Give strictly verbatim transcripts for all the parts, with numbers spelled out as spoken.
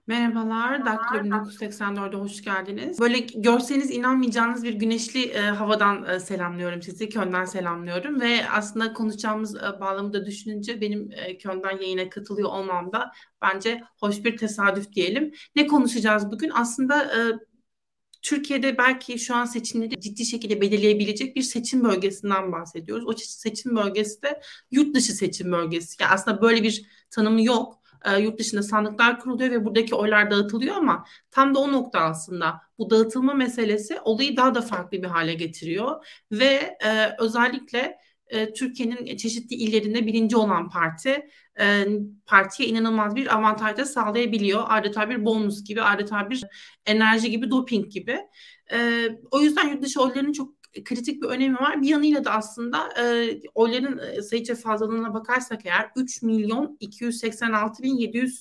Merhabalar, Daktilo bin dokuz yüz seksen dörde hoş geldiniz. Böyle görseniz inanmayacağınız bir güneşli e, havadan e, selamlıyorum sizi, Köln'den selamlıyorum ve aslında konuşacağımız e, bağlamı da düşününce benim e, Köln'den yayına katılıyor olmam da bence hoş bir tesadüf diyelim. Ne konuşacağız bugün? Aslında e, Türkiye'de belki şu an seçimleri ciddi şekilde belirleyebilecek bir seçim bölgesinden bahsediyoruz. O seçim bölgesi de yurt dışı seçim bölgesi. Yani aslında böyle bir tanımı yok. E, yurt dışında sandıklar kuruluyor ve buradaki oylar dağıtılıyor ama tam da o nokta aslında bu dağıtılma meselesi olayı daha da farklı bir hale getiriyor ve e, özellikle e, Türkiye'nin çeşitli illerinde birinci olan parti e, partiye inanılmaz bir avantaj da sağlayabiliyor. Adeta bir bonus gibi, adeta bir enerji gibi, doping gibi. E, o yüzden yurt dışı oylarının çok kritik bir önemi var. Bir yanıyla da aslında e, oyların e, sayıca fazlalığına bakarsak eğer üç milyon iki yüz seksen altı bin yedi yüz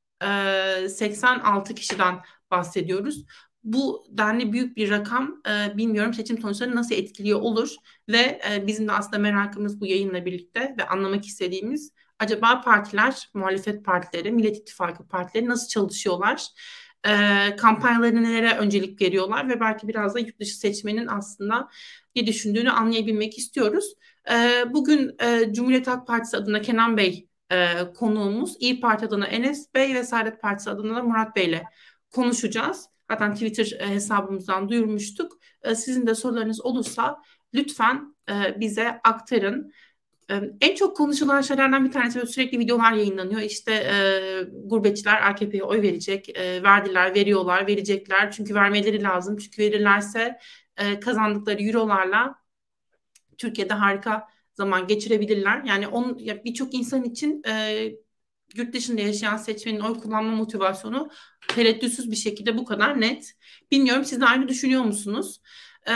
seksen altı kişiden bahsediyoruz. Bu denli büyük bir rakam e, bilmiyorum seçim sonuçlarını nasıl etkiliyor olur ve e, bizim de aslında merakımız bu yayınla birlikte ve anlamak istediğimiz acaba partiler, muhalefet partileri, Millet İttifakı partileri nasıl çalışıyorlar? E, kampanyalarına nelere öncelik veriyorlar ve belki biraz da yurt dışı seçmenin aslında ne düşündüğünü anlayabilmek istiyoruz. E, bugün e, Cumhuriyet Halk Partisi adına Kenan Bey e, konuğumuz, İyi Parti adına Enes Bey ve Saadet Partisi adına da Murat Bey ile konuşacağız. Zaten Twitter e, hesabımızdan duyurmuştuk. E, sizin de sorularınız olursa lütfen e, bize aktarın. E, en çok konuşulan şeylerden bir tanesi böyle sürekli videolar yayınlanıyor. İşte e, gurbetçiler A K P'ye oy verecek, e, verdiler, veriyorlar, verecekler. Çünkü vermeleri lazım. Çünkü verirlerse e, kazandıkları eurolarla Türkiye'de harika zaman geçirebilirler. Yani on, ya birçok insan için e, yurt dışında yaşayan seçmenin oy kullanma motivasyonu tereddütsüz bir şekilde bu kadar net. Bilmiyorum siz de aynı düşünüyor musunuz? E,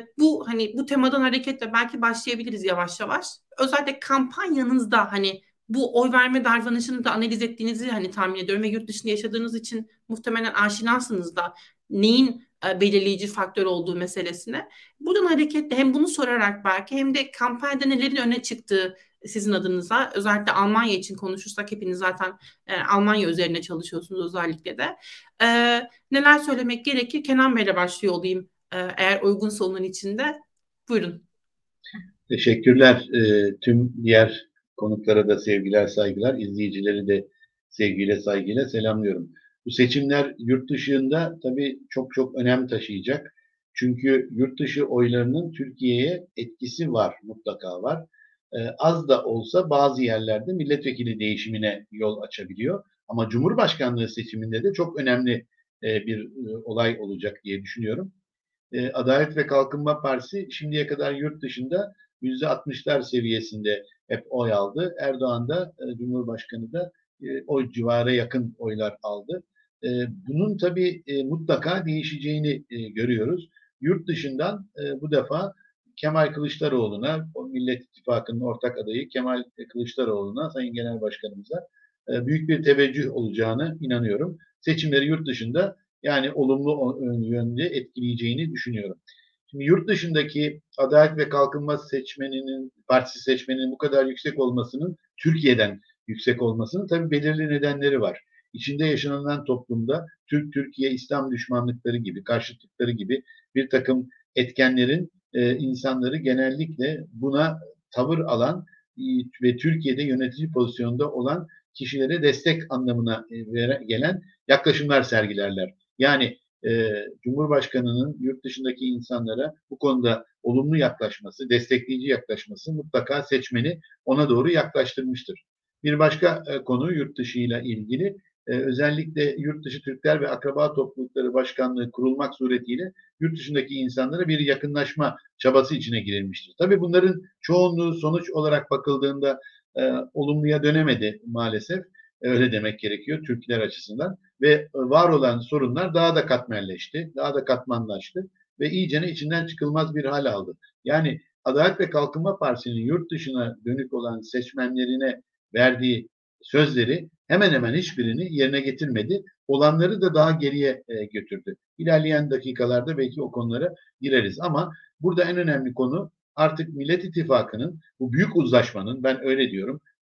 bu hani bu temadan hareketle belki başlayabiliriz yavaş yavaş. Özellikle kampanyanızda hani bu oy verme davranışını da analiz ettiğinizi hani tahmin ediyorum ve yurt dışında yaşadığınız için muhtemelen aşinasınız da neyin e, belirleyici faktör olduğu meselesine. Buradan hareketle hem bunu sorarak belki hem de kampanyada nelerin öne çıktığı sizin adınıza özellikle Almanya için konuşursak hepiniz zaten e, Almanya üzerine çalışıyorsunuz özellikle de. E, neler söylemek gerekir? Kenan Bey'le başlıyor olayım e, eğer uygunsa onun içinde. Buyurun. Teşekkürler. Ee, tüm diğer konuklara da sevgiler, saygılar. İzleyicileri de sevgiyle, saygıyla selamlıyorum. Bu seçimler yurt dışında tabii çok çok önem taşıyacak. Çünkü yurt dışı oylarının Türkiye'ye etkisi var, mutlaka var. Ee, az da olsa bazı yerlerde milletvekili değişimine yol açabiliyor. Ama Cumhurbaşkanlığı seçiminde de çok önemli e, bir e, olay olacak diye düşünüyorum. E, Adalet ve Kalkınma Partisi şimdiye kadar yurt dışında yüzde altmışlar seviyesinde hep oy aldı. Erdoğan da e, Cumhurbaşkanı da e, o civara yakın oylar aldı. E, bunun tabii e, mutlaka değişeceğini e, görüyoruz. Yurt dışından e, bu defa Kemal Kılıçdaroğlu'na, o Millet İttifakı'nın ortak adayı Kemal Kılıçdaroğlu'na, Sayın Genel Başkanımıza e, büyük bir teveccüh olacağını inanıyorum. Seçimleri yurt dışında yani olumlu yönde etkileyeceğini düşünüyorum. Şimdi yurt dışındaki Adalet ve Kalkınma seçmeninin, partisi seçmeninin bu kadar yüksek olmasının, Türkiye'den yüksek olmasının tabii belirli nedenleri var. İçinde yaşanılan toplumda Türk-Türkiye İslam düşmanlıkları gibi, karşıtlıkları gibi bir takım etkenlerin e, insanları genellikle buna tavır alan e, ve Türkiye'de yönetici pozisyonda olan kişilere destek anlamına e, gelen yaklaşımlar sergilerler. Yani e, Cumhurbaşkanı'nın yurt dışındaki insanlara bu konuda olumlu yaklaşması, destekleyici yaklaşması mutlaka seçmeni ona doğru yaklaştırmıştır. Bir başka e, konu yurt dışı ile ilgili e, özellikle yurt dışı Türkler ve Akraba Toplulukları Başkanlığı kurulmak suretiyle yurt dışındaki insanlara bir yakınlaşma çabası içine girilmiştir. Tabii bunların çoğunluğu sonuç olarak bakıldığında e, olumluya dönemedi maalesef. Öyle demek gerekiyor Türkler açısından ve var olan sorunlar daha da katmerleşti, daha da katmanlaştı ve iyicene içinden çıkılmaz bir hal aldı. Yani Adalet ve Kalkınma Partisi'nin yurt dışına dönük olan seçmenlerine verdiği sözleri hemen hemen hiçbirini yerine getirmedi. Olanları da daha geriye e, götürdü. İlerleyen dakikalarda belki o konulara gireriz ama burada en önemli konu artık Millet İttifakı'nın bu büyük uzlaşmanın ben öyle diyorum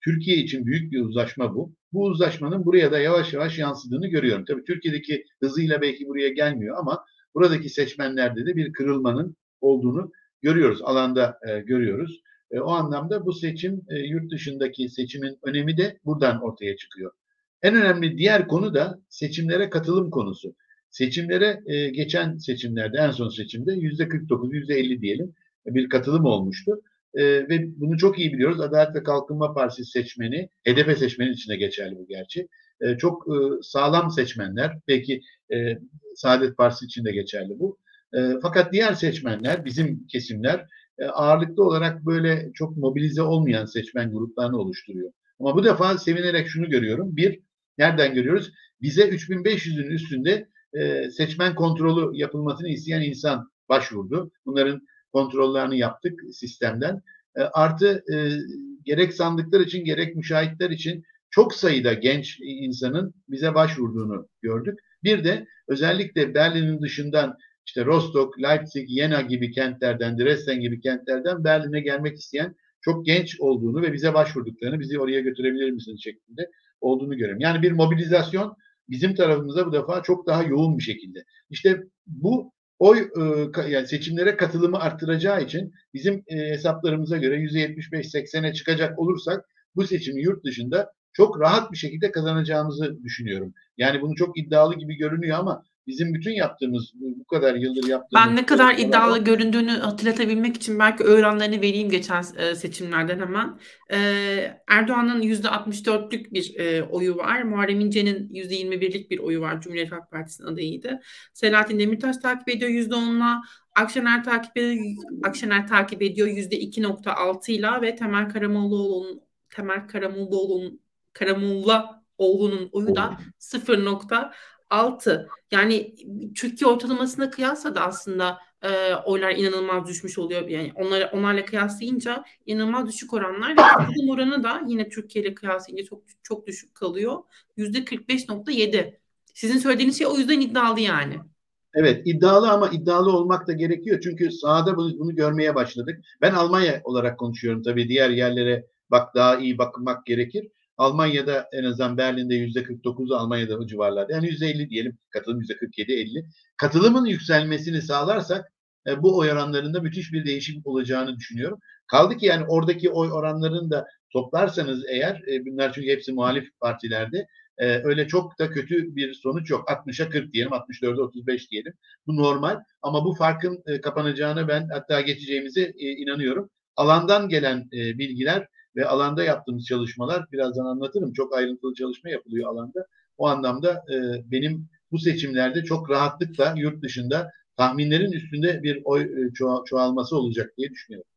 Türkiye için büyük bir uzlaşma bu. Bu uzlaşmanın buraya da yavaş yavaş yansıdığını görüyorum. Tabii Türkiye'deki hızıyla belki buraya gelmiyor ama buradaki seçmenlerde de bir kırılmanın olduğunu görüyoruz. Alanda e, görüyoruz. E, o anlamda bu seçim, e, yurt dışındaki seçimin önemi de buradan ortaya çıkıyor. En önemli diğer konu da seçimlere katılım konusu. Seçimlere e, geçen seçimlerde, en son seçimde yüzde kırk dokuz, yüzde elli diyelim bir katılım olmuştu. E, ve bunu çok iyi biliyoruz. Adalet ve Kalkınma Partisi seçmeni, H D P seçmeni için de geçerli bu gerçi. E, çok e, sağlam seçmenler, belki e, Saadet Partisi için de geçerli bu. E, fakat diğer seçmenler, bizim kesimler e, ağırlıklı olarak böyle çok mobilize olmayan seçmen gruplarını oluşturuyor. Ama bu defa sevinerek şunu görüyorum. Bir, nereden görüyoruz? Bize üç bin beş yüzün üstünde e, seçmen kontrolü yapılmasını isteyen insan başvurdu. Bunların kontrollerini yaptık sistemden. E, artı e, gerek sandıklar için gerek müşahitler için çok sayıda genç insanın bize başvurduğunu gördük. Bir de özellikle Berlin'in dışından işte Rostock, Leipzig, Jena gibi kentlerden, Dresden gibi kentlerden Berlin'e gelmek isteyen çok genç olduğunu ve bize başvurduklarını, bizi oraya götürebilir misiniz şeklinde olduğunu görüyorum. Yani bir mobilizasyon bizim tarafımıza bu defa çok daha yoğun bir şekilde. İşte bu oy e, yani seçimlere katılımı arttıracağı için bizim e, hesaplarımıza göre yüzde yetmiş beş seksene çıkacak olursak bu seçimi yurt dışında çok rahat bir şekilde kazanacağımızı düşünüyorum. Yani bunu çok iddialı gibi görünüyor ama bizim bütün yaptığımız, bu kadar yıldır yaptığımız Ben ne kadar iddialı göründüğünü hatırlatabilmek için belki oranlarını vereyim geçen e, seçimlerden hemen. E, Erdoğan'ın yüzde altmış dörtlük bir e, oyu var. Muharrem İnce'nin yüzde yirmi birlik bir oyu var. Cumhuriyet Halk Partisi'nin adayıydı. Selahattin Demirtaş takip ediyor yüzde onla. Akşener takip ediyor, Akşener takip ediyor yüzde iki nokta altı ile ve Temel Karamollaoğlu'nun Temel Karamollaoğlu'nun Karamollaoğlu'nun oyu da sıfır nokta altı. Yani Türkiye ortalamasına kıyasla da aslında e, oylar inanılmaz düşmüş oluyor. Yani onlara, onlarla kıyaslayınca inanılmaz düşük oranlar ve katılım oranı da yine Türkiye ile kıyaslayınca çok çok düşük kalıyor. yüzde kırk beş nokta yedi. Sizin söylediğiniz şey o yüzden iddialı yani. Evet, iddialı ama iddialı olmak da gerekiyor. Çünkü sahada bunu, bunu görmeye başladık. Ben Almanya olarak konuşuyorum tabii. Diğer yerlere bak daha iyi bakmak gerekir. Almanya'da en azından Berlin'de yüzde kırk dokuzu, Almanya'da o civarlarda. Yani yüzde elli diyelim. Katılım yüzde kırk yedi elli. Katılımın yükselmesini sağlarsak e, bu oy oranlarında müthiş bir değişim olacağını düşünüyorum. Kaldı ki yani oradaki oy oranlarını da toplarsanız eğer, e, bunlar çünkü hepsi muhalif partilerde, Ee, öyle çok da kötü bir sonuç yok. altmışa kırk diyelim, altmış dörde otuz beş diyelim. Bu normal ama bu farkın e, kapanacağını ben hatta geçeceğimize e, inanıyorum. Alandan gelen e, bilgiler ve alanda yaptığımız çalışmalar birazdan anlatırım. Çok ayrıntılı çalışma yapılıyor alanda. O anlamda e, benim bu seçimlerde çok rahatlıkla yurt dışında tahminlerin üstünde bir oy e, çoğal, çoğalması olacak diye düşünüyorum.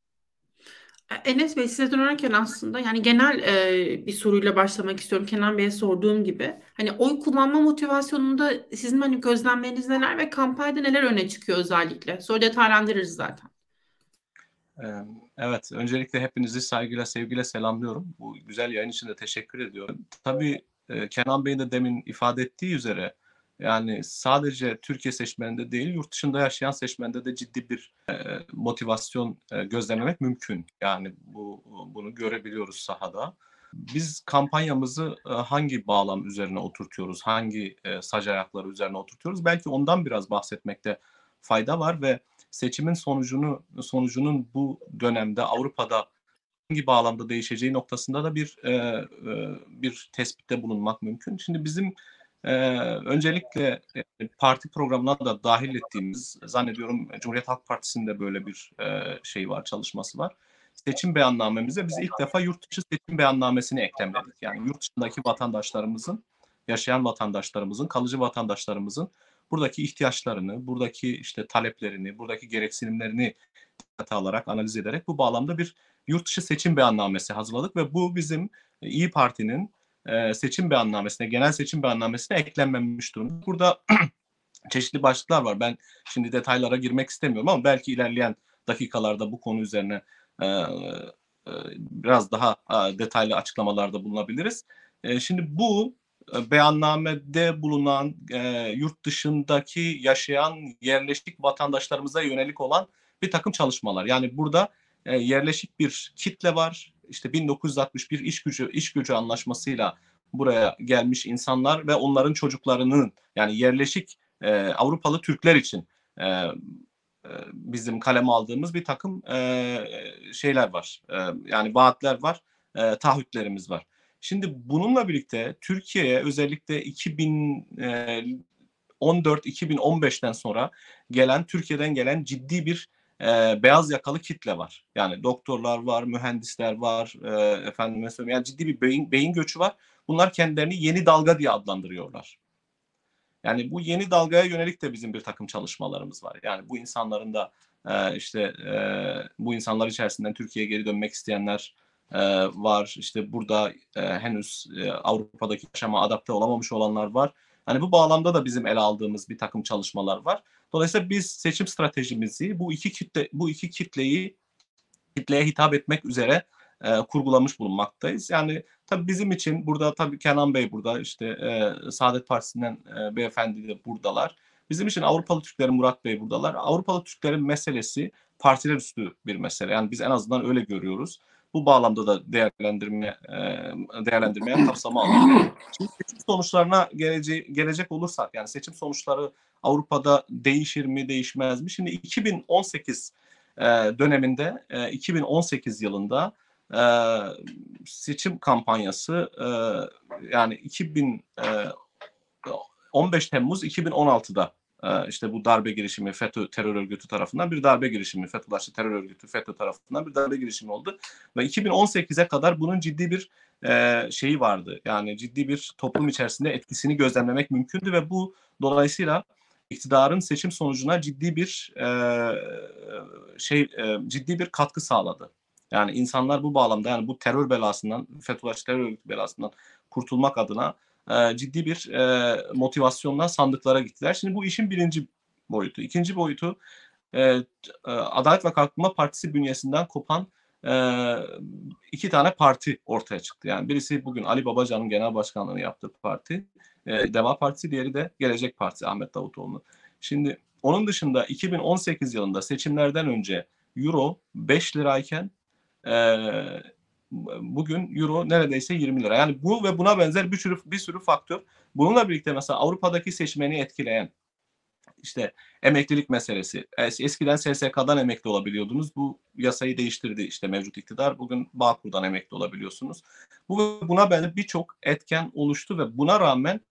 Enes Bey size dönerken aslında yani genel e, bir soruyla başlamak istiyorum. Kenan Bey'e sorduğum gibi. Hani oy kullanma motivasyonunda sizin hani gözlemleriniz neler ve kampanyada neler öne çıkıyor özellikle? Sonra detaylandırırız zaten. Evet, öncelikle hepinizi saygıyla, sevgiyle selamlıyorum. Bu güzel yayın için de teşekkür ediyorum. Tabii Kenan Bey'in de demin ifade ettiği üzere yani sadece Türkiye seçmeninde değil, yurt dışında yaşayan seçmende de ciddi bir e, motivasyon e, gözlemlemek mümkün. Yani bu bunu görebiliyoruz sahada. Biz kampanyamızı e, hangi bağlam üzerine oturtuyoruz, hangi e, sac ayakları üzerine oturtuyoruz? Belki ondan biraz bahsetmekte fayda var ve seçimin sonucunu sonucunun bu dönemde Avrupa'da hangi bağlamda değişeceği noktasında da bir e, e, bir tespitte bulunmak mümkün. Şimdi bizim e, öncelikle e, parti programına da dahil ettiğimiz, zannediyorum Cumhuriyet Halk Partisi'nde böyle bir e, şey var, çalışması var. Seçim beyannamemize biz ilk defa yurt dışı seçim beyannamesini eklemledik. Yani yurt dışındaki vatandaşlarımızın, yaşayan vatandaşlarımızın, kalıcı vatandaşlarımızın buradaki ihtiyaçlarını, buradaki işte taleplerini, buradaki gereksinimlerini dikkate alarak, analiz ederek bu bağlamda bir yurt dışı seçim beyannamesi hazırladık ve bu bizim İyi Parti'nin e, seçim beyannamesine, genel seçim beyannamesine eklenmemiş durumda. Burada çeşitli başlıklar var. Ben şimdi detaylara girmek istemiyorum ama belki ilerleyen dakikalarda bu konu üzerine e, e, biraz daha e, detaylı açıklamalarda bulunabiliriz. E, şimdi bu beyannamede bulunan e, yurt dışındaki yaşayan yerleşik vatandaşlarımıza yönelik olan bir takım çalışmalar. Yani burada e, yerleşik bir kitle var. işte bin dokuz yüz altmış bir iş gücü iş gücü anlaşmasıyla buraya gelmiş insanlar ve onların çocuklarının, yani yerleşik e, Avrupalı Türkler için e, e, bizim kaleme aldığımız bir takım e, şeyler var. E, yani vaatler var, e, taahhütlerimiz var. Şimdi bununla birlikte Türkiye'ye özellikle iki bin on dört iki bin on beşten sonra gelen, Türkiye'den gelen ciddi bir e, beyaz yakalı kitle var. Yani doktorlar var, mühendisler var, e, efendim söyleyeyim, yani ciddi bir beyin, beyin göçü var. Bunlar kendilerini yeni dalga diye adlandırıyorlar. Yani bu yeni dalgaya yönelik de bizim bir takım çalışmalarımız var. Yani bu insanların da e, işte e, bu insanlar içerisinden Türkiye'ye geri dönmek isteyenler e, var. İşte burada e, henüz e, Avrupa'daki yaşama adapte olamamış olanlar var. Hani bu bağlamda da bizim ele aldığımız bir takım çalışmalar var. Dolayısıyla biz seçim stratejimizi bu iki kitle bu iki kitleyi kitleye hitap etmek üzere e, kurgulamış bulunmaktayız. Yani tabii bizim için burada tabii Kenan Bey burada, işte e, Saadet Partisi'nden e, beyefendi de buradalar. Bizim için Avrupalı Türklerin Murat Bey buradalar. Avrupalı Türklerin meselesi partiler üstü bir mesele. Yani biz en azından öyle görüyoruz. Bu bağlamda da değerlendirme e, değerlendirmeye kapsamı alıyor. Şimdi seçim sonuçlarına gelece gelecek olursak, yani seçim sonuçları Avrupa'da değişir mi, değişmez mi? Şimdi iki bin on sekiz e, döneminde, e, iki bin on sekiz yılında e, seçim kampanyası, e, yani iki bin on beş Temmuz iki bin on altıda e, işte bu darbe girişimi, FETÖ terör örgütü tarafından bir darbe girişimi, Fethullahçı terör örgütü FETÖ tarafından bir darbe girişimi oldu ve iki bin on sekize kadar bunun ciddi bir e, şeyi vardı. Yani ciddi bir toplum içerisinde etkisini gözlemlemek mümkündü ve bu dolayısıyla iktidarın seçim sonucuna ciddi bir e, şey e, ciddi bir katkı sağladı. Yani insanlar bu bağlamda, yani bu terör belasından, Fethullahçı terör örgütü belasından kurtulmak adına e, ciddi bir e, motivasyonla sandıklara gittiler. Şimdi bu işin birinci boyutu. İkinci boyutu, e, e, Adalet ve Kalkınma Partisi bünyesinden kopan e, iki tane parti ortaya çıktı. Yani birisi bugün Ali Babacan'ın genel başkanlığını yaptığı parti, e, Deva Partisi, diğeri de Gelecek Partisi, Ahmet Davutoğlu'nun. Şimdi onun dışında iki bin on sekiz yılında seçimlerden önce Euro beş lirayken e, bugün Euro neredeyse yirmi lira. Yani bu ve buna benzer bir sürü bir sürü faktör. Bununla birlikte mesela Avrupa'daki seçmeni etkileyen işte emeklilik meselesi. Eskiden S S K'dan emekli olabiliyordunuz. Bu yasayı değiştirdi işte mevcut iktidar. Bugün Bağkur'dan emekli olabiliyorsunuz. Bu buna benzer birçok etken oluştu ve buna rağmen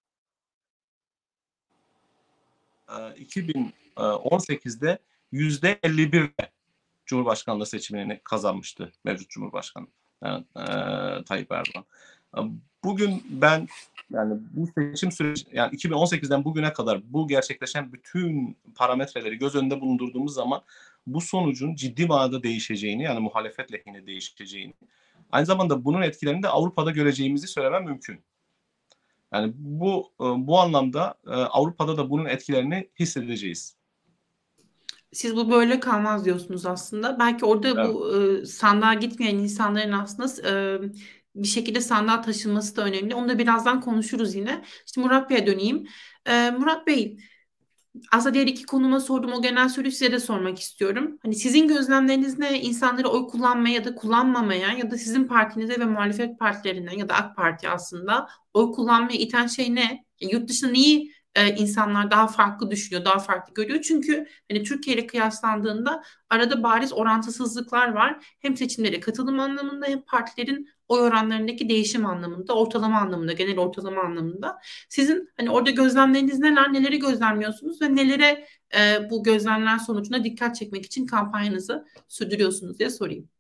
iki bin on sekizde yüzde elli bir Cumhurbaşkanlığı seçimini kazanmıştı mevcut Cumhurbaşkanı yani, e, Tayyip Erdoğan. Bugün ben, yani bu seçim süreci, yani iki bin on sekizden bugüne kadar bu gerçekleşen bütün parametreleri göz önünde bulundurduğumuz zaman bu sonucun ciddi manada değişeceğini, yani muhalefet lehine değişeceğini, aynı zamanda bunun etkilerini de Avrupa'da göreceğimizi söylemem mümkün. Yani bu bu anlamda Avrupa'da da bunun etkilerini hissedeceğiz. Siz bu böyle kalmaz diyorsunuz aslında. Belki orada Evet. bu e, sandığa gitmeyen insanların aslında e, bir şekilde sandığa taşınması da önemli. Onu da birazdan konuşuruz yine. İşte Murat Bey'e döneyim. E, Murat Bey, aslında diğer iki konuma sorduğum o genel soruyu size de sormak istiyorum. Hani sizin gözlemleriniz ne? İnsanları oy kullanmaya ya da kullanmamaya ya da sizin partinize ve muhalefet partilerine ya da AK Parti aslında oy kullanmaya iten şey ne? Ya, yurt dışında neyi e, insanlar daha farklı düşünüyor, daha farklı görüyor? Çünkü hani Türkiye ile kıyaslandığında arada bariz orantısızlıklar var. Hem seçimlere katılım anlamında hem partilerin oy oranlarındaki değişim anlamında, ortalama anlamında, genel ortalama anlamında. Sizin hani orada gözlemleriniz neler, neleri gözlemliyorsunuz ve nelere e, bu gözlemler sonucunda dikkat çekmek için kampanyanızı sürdürüyorsunuz diye sorayım.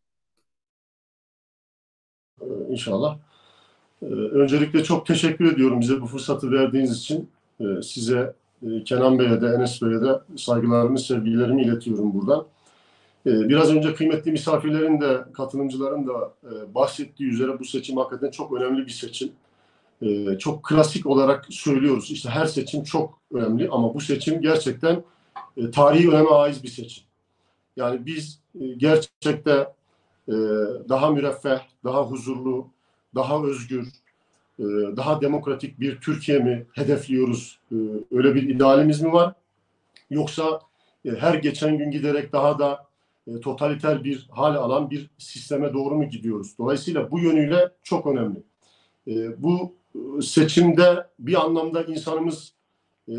Ee, İnşallah. Ee, öncelikle çok teşekkür ediyorum bize bu fırsatı verdiğiniz için. Ee, size, e, Kenan Bey'e de, Enes Bey'e de saygılarımı, sevgilerimi iletiyorum buradan. Ee, biraz önce kıymetli misafirlerin de, katılımcıların da e, bahsettiği üzere bu seçim hakikaten çok önemli bir seçim. Ee, çok klasik olarak söylüyoruz. İşte her seçim çok önemli ama bu seçim gerçekten e, tarihi öneme ait bir seçim. Yani biz e, gerçekten e, daha müreffeh, daha huzurlu, daha özgür, e, daha demokratik bir Türkiye mi hedefliyoruz? E, öyle bir idealimiz mi var? Yoksa e, her geçen gün giderek daha da e, totaliter bir hal alan bir sisteme doğru mu gidiyoruz? Dolayısıyla bu yönüyle çok önemli. E, bu seçimde bir anlamda insanımız e,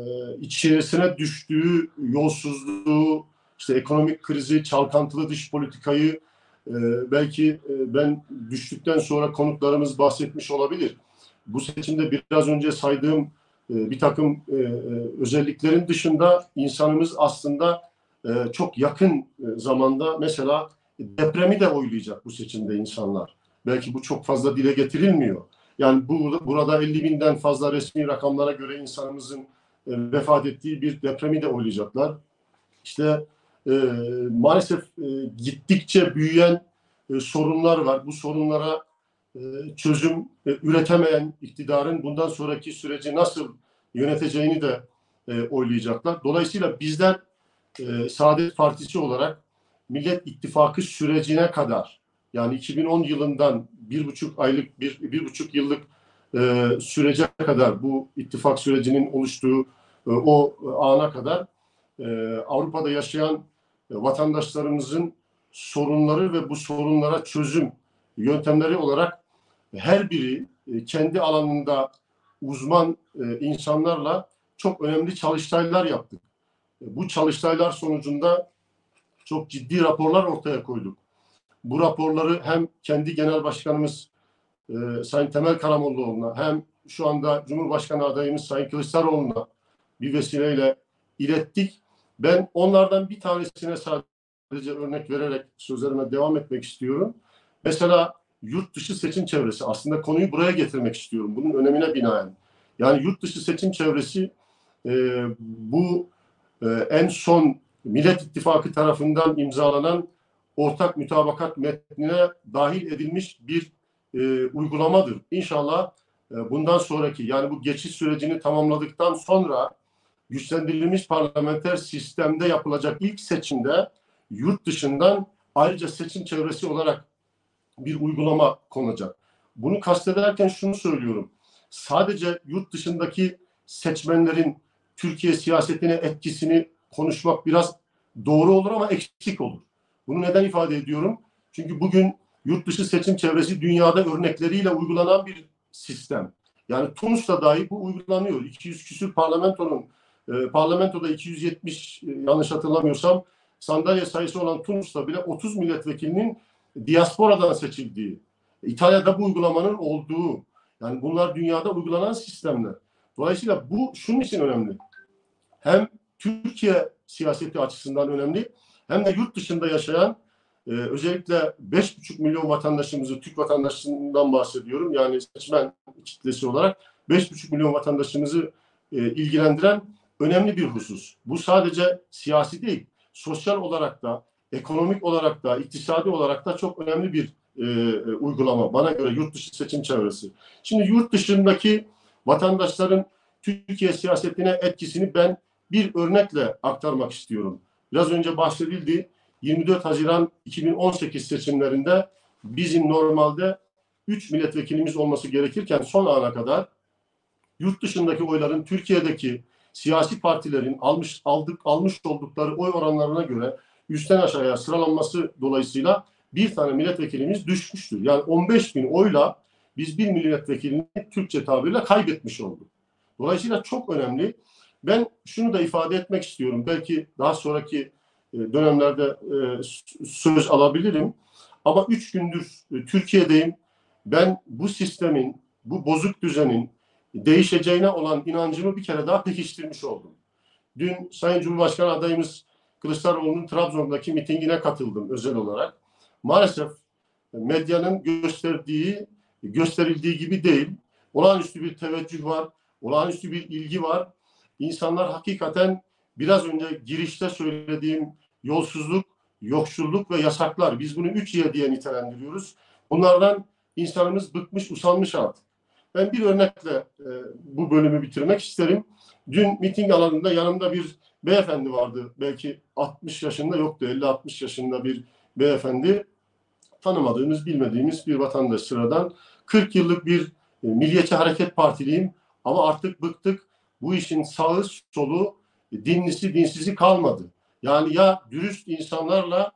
içerisine düştüğü yolsuzluğu, işte ekonomik krizi, çalkantılı dış politikayı e, belki e, ben düştükten sonra konuklarımız bahsetmiş olabilir. Bu seçimde biraz önce saydığım e, bir takım e, özelliklerin dışında insanımız aslında e, çok yakın e, zamanda mesela depremi de oylayacak bu seçimde insanlar. Belki bu çok fazla dile getirilmiyor. Yani bu, burada elli binden fazla resmi rakamlara göre insanımızın e, vefat ettiği bir depremi de oylayacaklar. İşte e, maalesef e, gittikçe büyüyen e, sorunlar var. Bu sorunlara e, çözüm e, üretemeyen iktidarın bundan sonraki süreci nasıl yöneteceğini de e, oylayacaklar. Dolayısıyla bizler e, Saadet Partisi olarak Millet İttifakı sürecine kadar, yani iki bin on yılından bir buçuk aylık, bir, bir buçuk yıllık e, sürece kadar, bu ittifak sürecinin oluştuğu e, o ana kadar e, Avrupa'da yaşayan e, vatandaşlarımızın sorunları ve bu sorunlara çözüm yöntemleri olarak her biri e, kendi alanında uzman e, insanlarla çok önemli çalıştaylar yaptık. E, bu çalıştaylar sonucunda çok ciddi raporlar ortaya koyduk. Bu raporları hem kendi genel başkanımız e, Sayın Temel Karamollaoğlu'na hem şu anda Cumhurbaşkanı adayımız Sayın Kılıçdaroğlu'na bir vesileyle ilettik. Ben onlardan bir tanesine sadece örnek vererek sözlerime devam etmek istiyorum. Mesela yurt dışı seçim çevresi. Aslında konuyu buraya getirmek istiyorum. Bunun önemine binaen. Yani yurt dışı seçim çevresi e, bu e, en son Millet İttifakı tarafından imzalanan ortak mütabakat metnine dahil edilmiş bir e, uygulamadır. İnşallah e, bundan sonraki, yani bu geçiş sürecini tamamladıktan sonra güçlendirilmiş parlamenter sistemde yapılacak ilk seçimde yurt dışından ayrıca seçim çevresi olarak bir uygulama konacak. Bunu kastederken şunu söylüyorum. Sadece yurt dışındaki seçmenlerin Türkiye siyasetine etkisini konuşmak biraz doğru olur ama eksik olur. Bunu neden ifade ediyorum? Çünkü bugün yurt dışı seçim çevresi dünyada örnekleriyle uygulanan bir sistem. Yani Tunus'ta dahi bu uygulanıyor. iki yüz küsür parlamentonun, e, parlamentoda iki yüz yetmiş e, yanlış hatırlamıyorsam sandalye sayısı olan Tunus'ta bile otuz milletvekilinin diasporadan seçildiği, İtalya'da bu uygulamanın olduğu, yani bunlar dünyada uygulanan sistemler. Dolayısıyla bu şunun için önemli. Hem Türkiye siyaseti açısından önemli, hem de yurt dışında yaşayan e, özellikle beş buçuk milyon vatandaşımızı, Türk vatandaşından bahsediyorum, yani seçmen kitlesi olarak beş buçuk milyon vatandaşımızı e, ilgilendiren önemli bir husus. Bu sadece siyasi değil, sosyal olarak da, ekonomik olarak da, iktisadi olarak da çok önemli bir e, uygulama. Bana göre yurt dışı seçim çevresi. Şimdi yurt dışındaki vatandaşların Türkiye siyasetine etkisini ben bir örnekle aktarmak istiyorum. Biraz önce bahsedildi. yirmi dört Haziran iki bin on sekiz seçimlerinde bizim normalde üç milletvekilimiz olması gerekirken son ana kadar yurt dışındaki oyların Türkiye'deki siyasi partilerin almış aldık almış oldukları oy oranlarına göre üstten aşağıya sıralanması dolayısıyla bir tane milletvekilimiz düşmüştür. Yani on beş bin oyla biz bir milletvekilini Türkçe tabirle kaybetmiş olduk. Dolayısıyla çok önemli. Ben şunu da ifade etmek istiyorum. Belki daha sonraki dönemlerde söz alabilirim. Ama üç gündür Türkiye'deyim. Ben bu sistemin, bu bozuk düzenin değişeceğine olan inancımı bir kere daha pekiştirmiş oldum. Dün Sayın Cumhurbaşkanı adayımız Kılıçdaroğlu'nun Trabzon'daki mitingine katıldım özel olarak. Maalesef medyanın gösterdiği, gösterildiği gibi değil. Olağanüstü bir teveccüh var, olağanüstü bir ilgi var. İnsanlar hakikaten biraz önce girişte söylediğim yolsuzluk, yoksulluk ve yasaklar. Biz bunu üç Y diye nitelendiriyoruz. Bunlardan insanımız bıkmış, usanmış artık. Ben bir örnekle e, bu bölümü bitirmek isterim. Dün miting alanında yanımda bir beyefendi vardı. Belki altmış yaşında, yoktu elli altmış yaşında bir beyefendi. Tanımadığımız, bilmediğimiz bir vatandaş sıradan. kırk yıllık bir e, Milliyetçi Hareket Partiliyim ama artık bıktık. Bu işin sağı solu, dinlisi dinsizi kalmadı. Yani ya dürüst insanlarla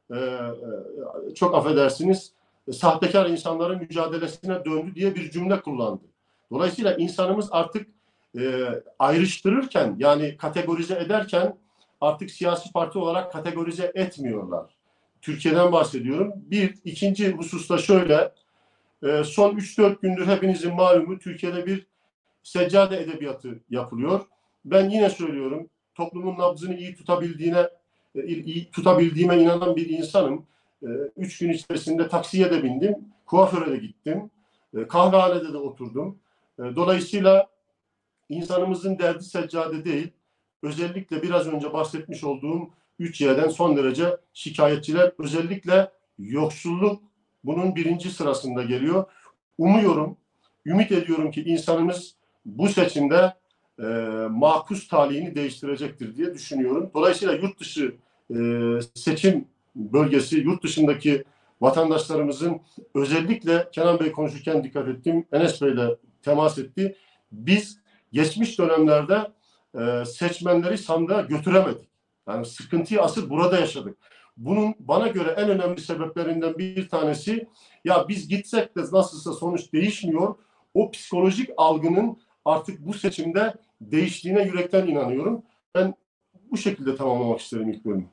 e, e, çok affedersiniz sahtekar insanların mücadelesine döndü diye bir cümle kullandı. Dolayısıyla insanımız artık e, ayrıştırırken, yani kategorize ederken artık siyasi parti olarak kategorize etmiyorlar. Türkiye'den bahsediyorum. Bir, ikinci hususta şöyle, e, son üç dört gündür hepinizin malumu Türkiye'de bir seccade edebiyatı yapılıyor. Ben yine söylüyorum, toplumun nabzını iyi tutabildiğine, e, iyi tutabildiğime inanan bir insanım. E, üç gün içerisinde taksiye de bindim, kuaföre de gittim, e, kahvehanede de oturdum. E, dolayısıyla insanımızın derdi seccade değil, özellikle biraz önce bahsetmiş olduğum üç yerden son derece şikayetçiler, özellikle yoksulluk bunun birinci sırasında geliyor. Umuyorum, ümit ediyorum ki insanımız bu seçimde e, makus talihini değiştirecektir diye düşünüyorum. Dolayısıyla yurt dışı e, seçim bölgesi, yurt dışındaki vatandaşlarımızın, özellikle Kenan Bey konuşurken dikkat ettim, Enes Bey de temas etti. Biz geçmiş dönemlerde e, seçmenleri sandığa götüremedik. Yani sıkıntıyı asıl burada yaşadık. Bunun bana göre en önemli sebeplerinden bir tanesi, ya biz gitsek de nasılsa sonuç değişmiyor. O psikolojik algının artık bu seçimde değiştiğine yürekten inanıyorum. Ben bu şekilde tamamlamak isterim ilk bölümü.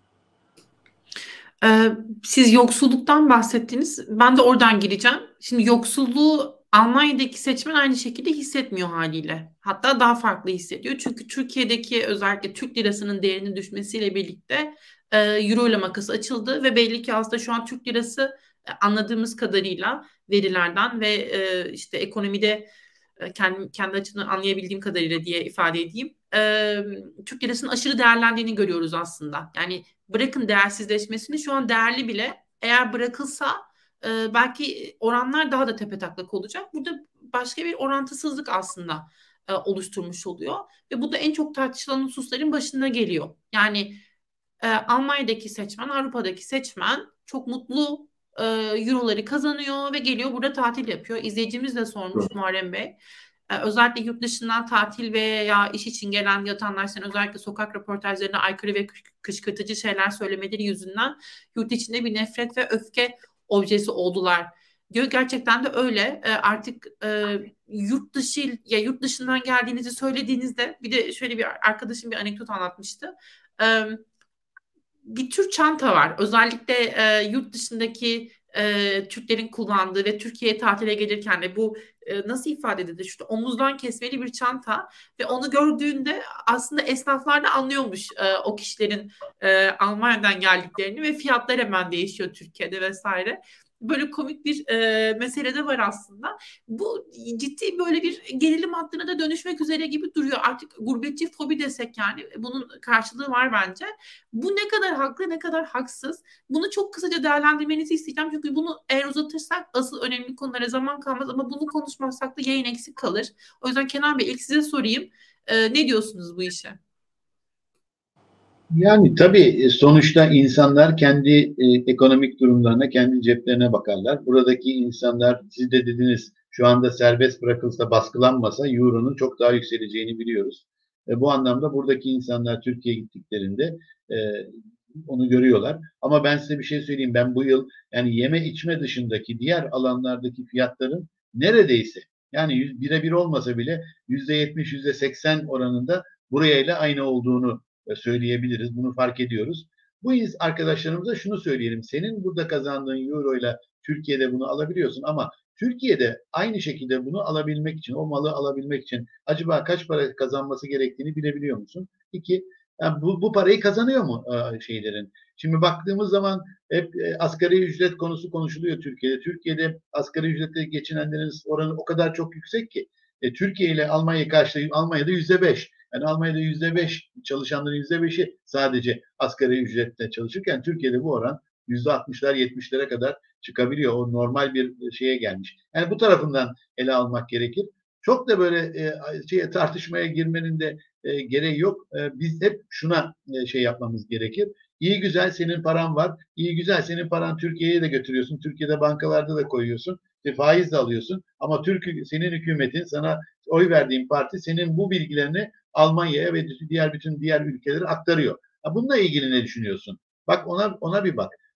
Ee, siz yoksulluktan bahsettiniz. Ben de oradan gireceğim. Şimdi yoksulluğu Almanya'daki seçmen aynı şekilde hissetmiyor haliyle. Hatta daha farklı hissediyor. Çünkü Türkiye'deki özellikle Türk lirasının değerinin düşmesiyle birlikte e, Euro ile makası açıldı ve belli ki aslında şu an Türk lirası e, anladığımız kadarıyla verilerden ve e, işte ekonomide e, kendi, kendi açımdan anlayabildiğim kadarıyla diye ifade edeyim. E, Türk lirasının aşırı değerlendiğini görüyoruz aslında. Yani bırakın değersizleşmesini, şu an değerli bile, eğer bırakılsa e, belki oranlar daha da tepetaklak olacak. Burada başka bir orantısızlık aslında e, oluşturmuş oluyor ve bu da en çok tartışılan hususların başına geliyor. Yani e, Almanya'daki seçmen, Avrupa'daki seçmen çok mutlu, e, euroları kazanıyor ve geliyor burada tatil yapıyor. İzleyicimiz de sormuş, Muharrem Bey. E, özellikle yurt dışından tatil veya iş için gelen vatandaşların özellikle sokak röportajlarına aykırı ve kışkırtıcı şeyler söylemeleri yüzünden yurt içinde bir nefret ve öfke objesi oldular diyor. Gerçekten de öyle. E, artık e, yurt dışı ya yurt dışından geldiğinizi söylediğinizde, bir de şöyle bir arkadaşım bir anekdot anlatmıştı. E, bir tür çanta var. Özellikle e, yurt dışındaki e, Türklerin kullandığı ve Türkiye'ye tatile gelirken de bu e, nasıl ifade edilir? İşte omuzdan kesmeli bir çanta ve onu gördüğünde aslında esnaflar da anlıyormuş e, o kişilerin e, Almanya'dan geldiklerini ve fiyatlar hemen değişiyor Türkiye'de vesaire. Böyle komik bir e, mesele de var aslında. Bu ciddi böyle bir gerilim hattına da dönüşmek üzere gibi duruyor. Artık gurbetçi fobi desek, yani bunun karşılığı var bence. Bu ne kadar haklı, ne kadar haksız? Bunu çok kısaca değerlendirmenizi isteyeceğim. Çünkü bunu eğer uzatırsak asıl önemli konulara zaman kalmaz, ama bunu konuşmazsak da yayın eksik kalır. O yüzden Kenan Bey, ilk size sorayım. E, ne diyorsunuz bu işe? Yani tabii sonuçta insanlar kendi e, ekonomik durumlarına, kendi ceplerine bakarlar. Buradaki insanlar, siz de dediniz, şu anda serbest bırakılsa, baskılanmasa Euro'nun çok daha yükseleceğini biliyoruz. E, bu anlamda buradaki insanlar Türkiye'ye gittiklerinde e, onu görüyorlar. Ama ben size bir şey söyleyeyim. Ben bu yıl yani yeme içme dışındaki diğer alanlardaki fiyatların neredeyse, yani birebir olmasa bile yüzde yetmiş, yüzde seksen oranında burayla aynı olduğunu söyleyebiliriz. Bunu fark ediyoruz. Bu arkadaşlarımıza şunu söyleyelim. Senin burada kazandığın euro ile Türkiye'de bunu alabiliyorsun, ama Türkiye'de aynı şekilde bunu alabilmek için, o malı alabilmek için acaba kaç para kazanması gerektiğini bilebiliyor musun? İki, yani bu, bu parayı kazanıyor mu e, şeylerin? Şimdi baktığımız zaman hep e, asgari ücret konusu konuşuluyor Türkiye'de. Türkiye'de asgari ücretle geçinenlerin oranı o kadar çok yüksek ki. E, Türkiye ile Almanya'yı karşılayıp Almanya'da yüzde beş. Yani Almanya'da yüzde beş, çalışanların yüzde beşi sadece asgari ücretle çalışırken Türkiye'de bu oran yüzde altmışlar, yetmişlere kadar çıkabiliyor. O normal bir şeye gelmiş. Yani bu tarafından ele almak gerekir. Çok da böyle e, şey, tartışmaya girmenin de e, gereği yok. E, biz hep şuna e, şey yapmamız gerekir. İyi güzel senin paran var. İyi güzel senin paran Türkiye'ye de götürüyorsun. Türkiye'de bankalarda da koyuyorsun. İşte faiz de alıyorsun. Ama Türk, senin hükümetin, sana oy verdiğin parti senin bu bilgilerini Almanya'ya ve diğer bütün diğer ülkelere aktarıyor. Ha, bununla ilgili ne düşünüyorsun? Bak ona ona bir bak.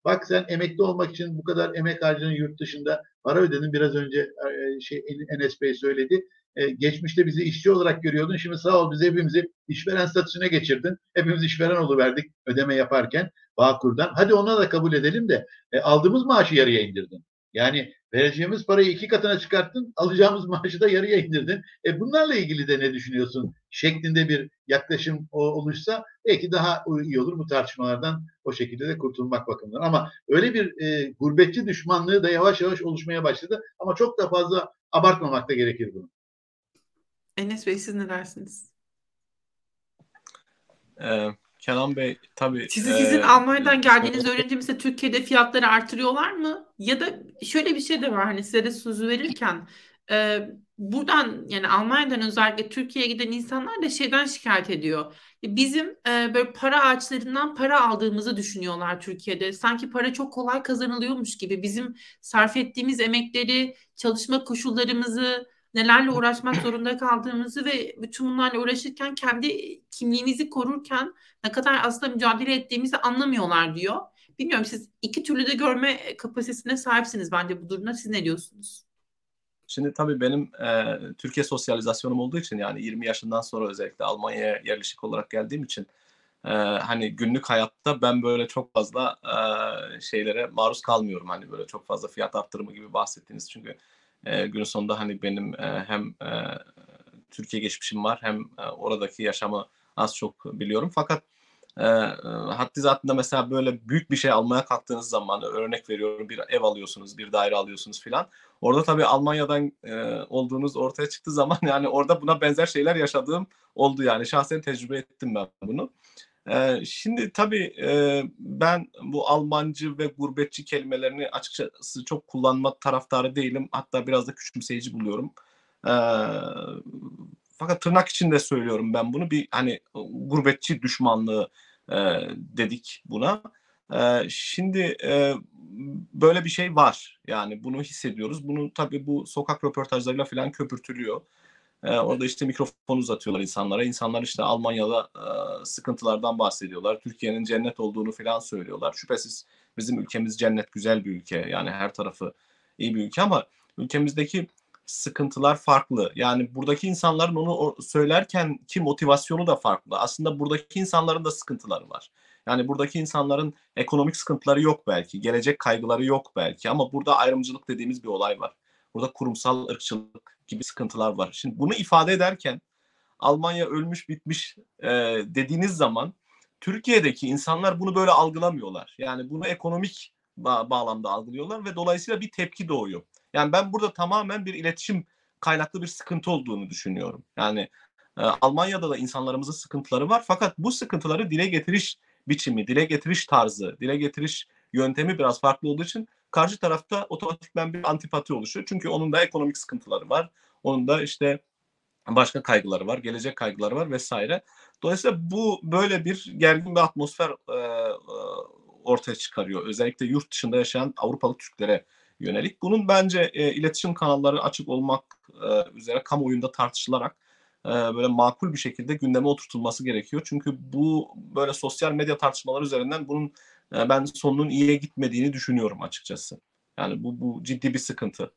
Bak sen emekli olmak için bu kadar emek harcadın, yurt dışında para ödedin. Biraz önce e, şey Enes Bey söyledi. E, geçmişte bizi işçi olarak görüyordun. Şimdi sağ ol bizi hepimizi işveren statüsüne geçirdin. Hepimiz işveren oluverdik ödeme yaparken Bağkur'dan. Hadi ona da kabul edelim de e, aldığımız maaşı yarıya indirdin. Yani vereceğimiz parayı iki katına çıkarttın, alacağımız maaşı da yarıya indirdin. E bunlarla ilgili de ne düşünüyorsun? Şeklinde bir yaklaşım oluşsa belki daha iyi olur bu tartışmalardan o şekilde de kurtulmak bakımından. Ama öyle bir e, gurbetçi düşmanlığı da yavaş yavaş oluşmaya başladı. Ama çok da fazla abartmamak da gerekir bunu. Enes Bey siz ne dersiniz? Ee, Kenan Bey tabii Sizi e, sizin Almanya'dan geldiğinizi soru- öğrendiğimizde Türkiye'de fiyatları artırıyorlar mı? Ya da şöyle bir şey de var hani size de sözü verirken e, buradan yani Almanya'dan özellikle Türkiye'ye giden insanlar da şeyden şikayet ediyor. Bizim e, böyle para ağaçlarından para aldığımızı düşünüyorlar Türkiye'de. Sanki para çok kolay kazanılıyormuş gibi. Bizim sarf ettiğimiz emekleri, çalışma koşullarımızı, nelerle uğraşmak zorunda kaldığımızı ve bütün bunlarla uğraşırken kendi kimliğimizi korurken ne kadar aslında mücadele ettiğimizi anlamıyorlar diyor. Bilmiyorum siz iki türlü de görme kapasitesine sahipsiniz bence bu durumda. Siz ne diyorsunuz? Şimdi tabii benim e, Türkiye sosyalizasyonum olduğu için yani yirmi yaşından sonra özellikle Almanya'ya yerleşik olarak geldiğim için e, hani günlük hayatta ben böyle çok fazla e, şeylere maruz kalmıyorum. Hani böyle çok fazla fiyat arttırımı gibi bahsettiğiniz çünkü e, günün sonunda hani benim e, hem e, Türkiye geçmişim var hem e, oradaki yaşamı az çok biliyorum. Fakat e, haddi zatında mesela böyle büyük bir şey almaya kalktığınız zaman örnek veriyorum bir ev alıyorsunuz, bir daire alıyorsunuz filan. Orada tabii Almanya'dan e, olduğunuz ortaya çıktığı zaman yani orada buna benzer şeyler yaşadığım oldu yani şahsen tecrübe ettim ben bunu. E, şimdi tabii e, ben bu Almancı ve gurbetçi kelimelerini açıkçası çok kullanma taraftarı değilim. Hatta biraz da küçümseyici buluyorum. E, fakat tırnak içinde söylüyorum ben bunu bir hani gurbetçi düşmanlığı e, dedik buna. E, şimdi e, böyle bir şey var. Yani bunu hissediyoruz. Bunu tabii bu sokak röportajlarıyla falan köpürtülüyor. Ee, orada işte mikrofon uzatıyorlar insanlara. İnsanlar işte Almanya'da e, sıkıntılardan bahsediyorlar. Türkiye'nin cennet olduğunu falan söylüyorlar. Şüphesiz bizim ülkemiz cennet, güzel bir ülke. Yani her tarafı iyi bir ülke ama ülkemizdeki sıkıntılar farklı. Yani buradaki insanların onu söylerken ki motivasyonu da farklı. Aslında buradaki insanların da sıkıntıları var. Yani buradaki insanların ekonomik sıkıntıları yok belki, gelecek kaygıları yok belki ama burada ayrımcılık dediğimiz bir olay var. Burada kurumsal ırkçılık gibi sıkıntılar var. Şimdi bunu ifade ederken Almanya ölmüş bitmiş e, dediğiniz zaman Türkiye'deki insanlar bunu böyle algılamıyorlar. Yani bunu ekonomik ba- bağlamda algılıyorlar ve dolayısıyla bir tepki doğuyor. Yani ben burada tamamen bir iletişim kaynaklı bir sıkıntı olduğunu düşünüyorum. Yani e, Almanya'da da insanlarımızın sıkıntıları var fakat bu sıkıntıları dile getiriş biçimi, dile getiriş tarzı, dile getiriş yöntemi biraz farklı olduğu için karşı tarafta otomatikman bir antipati oluşuyor. Çünkü onun da ekonomik sıkıntıları var. Onun da işte başka kaygıları var, gelecek kaygıları var vesaire. Dolayısıyla bu böyle bir gergin bir atmosfer e, e, ortaya çıkarıyor. Özellikle yurt dışında yaşayan Avrupalı Türklere yönelik. Bunun bence e, iletişim kanalları açık olmak e, üzere kamuoyunda tartışılarak e, böyle makul bir şekilde gündeme oturtulması gerekiyor. Çünkü bu böyle sosyal medya tartışmaları üzerinden bunun e, ben sonunun iyiye gitmediğini düşünüyorum açıkçası. Yani bu, bu ciddi bir sıkıntı.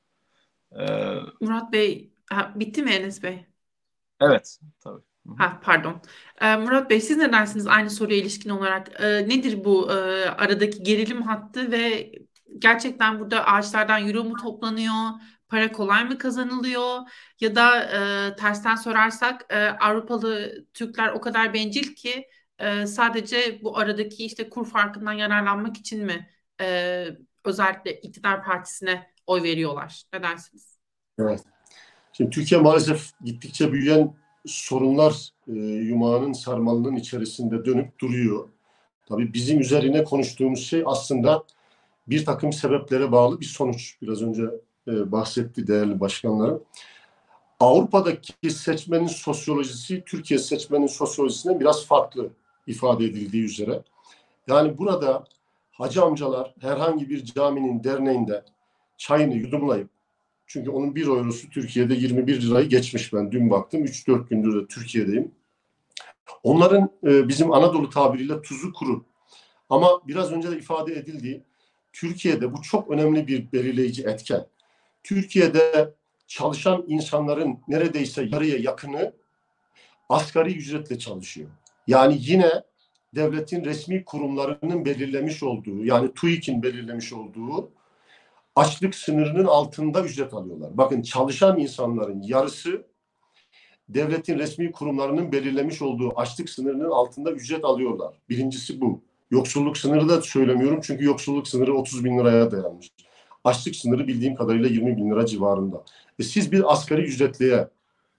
E, Murat Bey, ha, bitti mi Enes Bey? evet, tabii. Ha, pardon. Ee, Murat Bey siz ne dersiniz aynı soruya ilişkin olarak? Ee, nedir bu e, aradaki gerilim hattı ve gerçekten burada ağaçlardan euro mu toplanıyor? Para kolay mı kazanılıyor? Ya da e, tersten sorarsak e, Avrupalı Türkler o kadar bencil ki e, sadece bu aradaki işte kur farkından yararlanmak için mi e, özellikle iktidar partisine oy veriyorlar? Ne dersiniz? Evet. Şimdi Türkiye maalesef gittikçe büyüyen sorunlar e, yumağının sarmalının içerisinde dönüp duruyor. Tabii bizim üzerine konuştuğumuz şey aslında bir takım sebeplere bağlı bir sonuç. Biraz önce e, bahsetti değerli başkanlarım. Avrupa'daki seçmenin sosyolojisi Türkiye seçmenin sosyolojisine biraz farklı ifade edildiği üzere. Yani burada hacı amcalar herhangi bir caminin derneğinde çayını yudumlayıp, çünkü onun bir eurosu Türkiye'de yirmi bir lirayı geçmiş, ben dün baktım. üç dört gündür de Türkiye'deyim. Onların e, bizim Anadolu tabiriyle tuzu kuru. Ama biraz önce de ifade edildiği, Türkiye'de bu çok önemli bir belirleyici etken. Türkiye'de çalışan insanların neredeyse yarıya yakını asgari ücretle çalışıyor. Yani yine devletin resmi kurumlarının belirlemiş olduğu, yani TÜİK'in belirlemiş olduğu açlık sınırının altında ücret alıyorlar. Bakın, çalışan insanların yarısı devletin resmi kurumlarının belirlemiş olduğu açlık sınırının altında ücret alıyorlar. Birincisi bu. Yoksulluk sınırı da söylemiyorum çünkü yoksulluk sınırı otuz bin liraya dayanmış. Açlık sınırı bildiğim kadarıyla yirmi bin lira civarında. E siz bir asgari ücretliye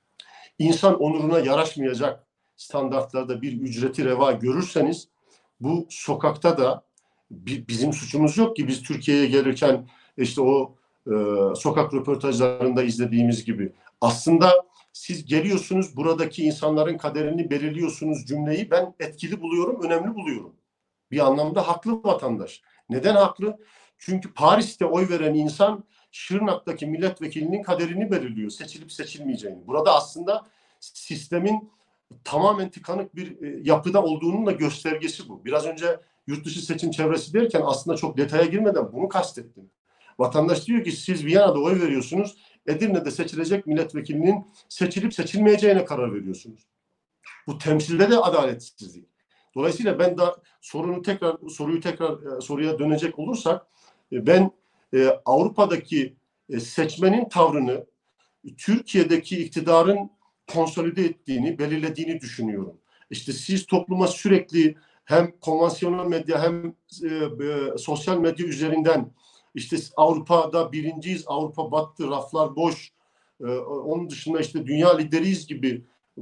insan onuruna yaraşmayacak standartlarda bir ücreti reva görürseniz, bu sokakta da bizim suçumuz yok ki, biz Türkiye'ye gelirken işte o e, sokak röportajlarında izlediğimiz gibi. Aslında siz geliyorsunuz, buradaki insanların kaderini belirliyorsunuz cümleyi ben etkili buluyorum, önemli buluyorum. Bir anlamda haklı vatandaş. Neden haklı? Çünkü Paris'te oy veren insan Şırnak'taki milletvekilinin kaderini belirliyor, seçilip seçilmeyeceğini. Burada aslında sistemin tamamen tıkanık bir e, yapıda olduğunun da göstergesi bu. Biraz önce yurt dışı seçim çevresi derken aslında çok detaya girmeden bunu kastettim. Vatandaş diyor ki siz Viyana'da oy veriyorsunuz, Edirne'de seçilecek milletvekilinin seçilip seçilmeyeceğine karar veriyorsunuz. Bu temsilde de adaletsizlik. Dolayısıyla ben de sorunu tekrar soruyu tekrar soruya dönecek olursak, ben e, Avrupa'daki e, seçmenin tavrını Türkiye'deki iktidarın konsolide ettiğini, belirlediğini düşünüyorum. İşte siz topluma sürekli hem konvansiyonel medya hem e, e, sosyal medya üzerinden işte Avrupa'da birinciyiz, Avrupa battı, raflar boş, e, onun dışında işte dünya lideriyiz gibi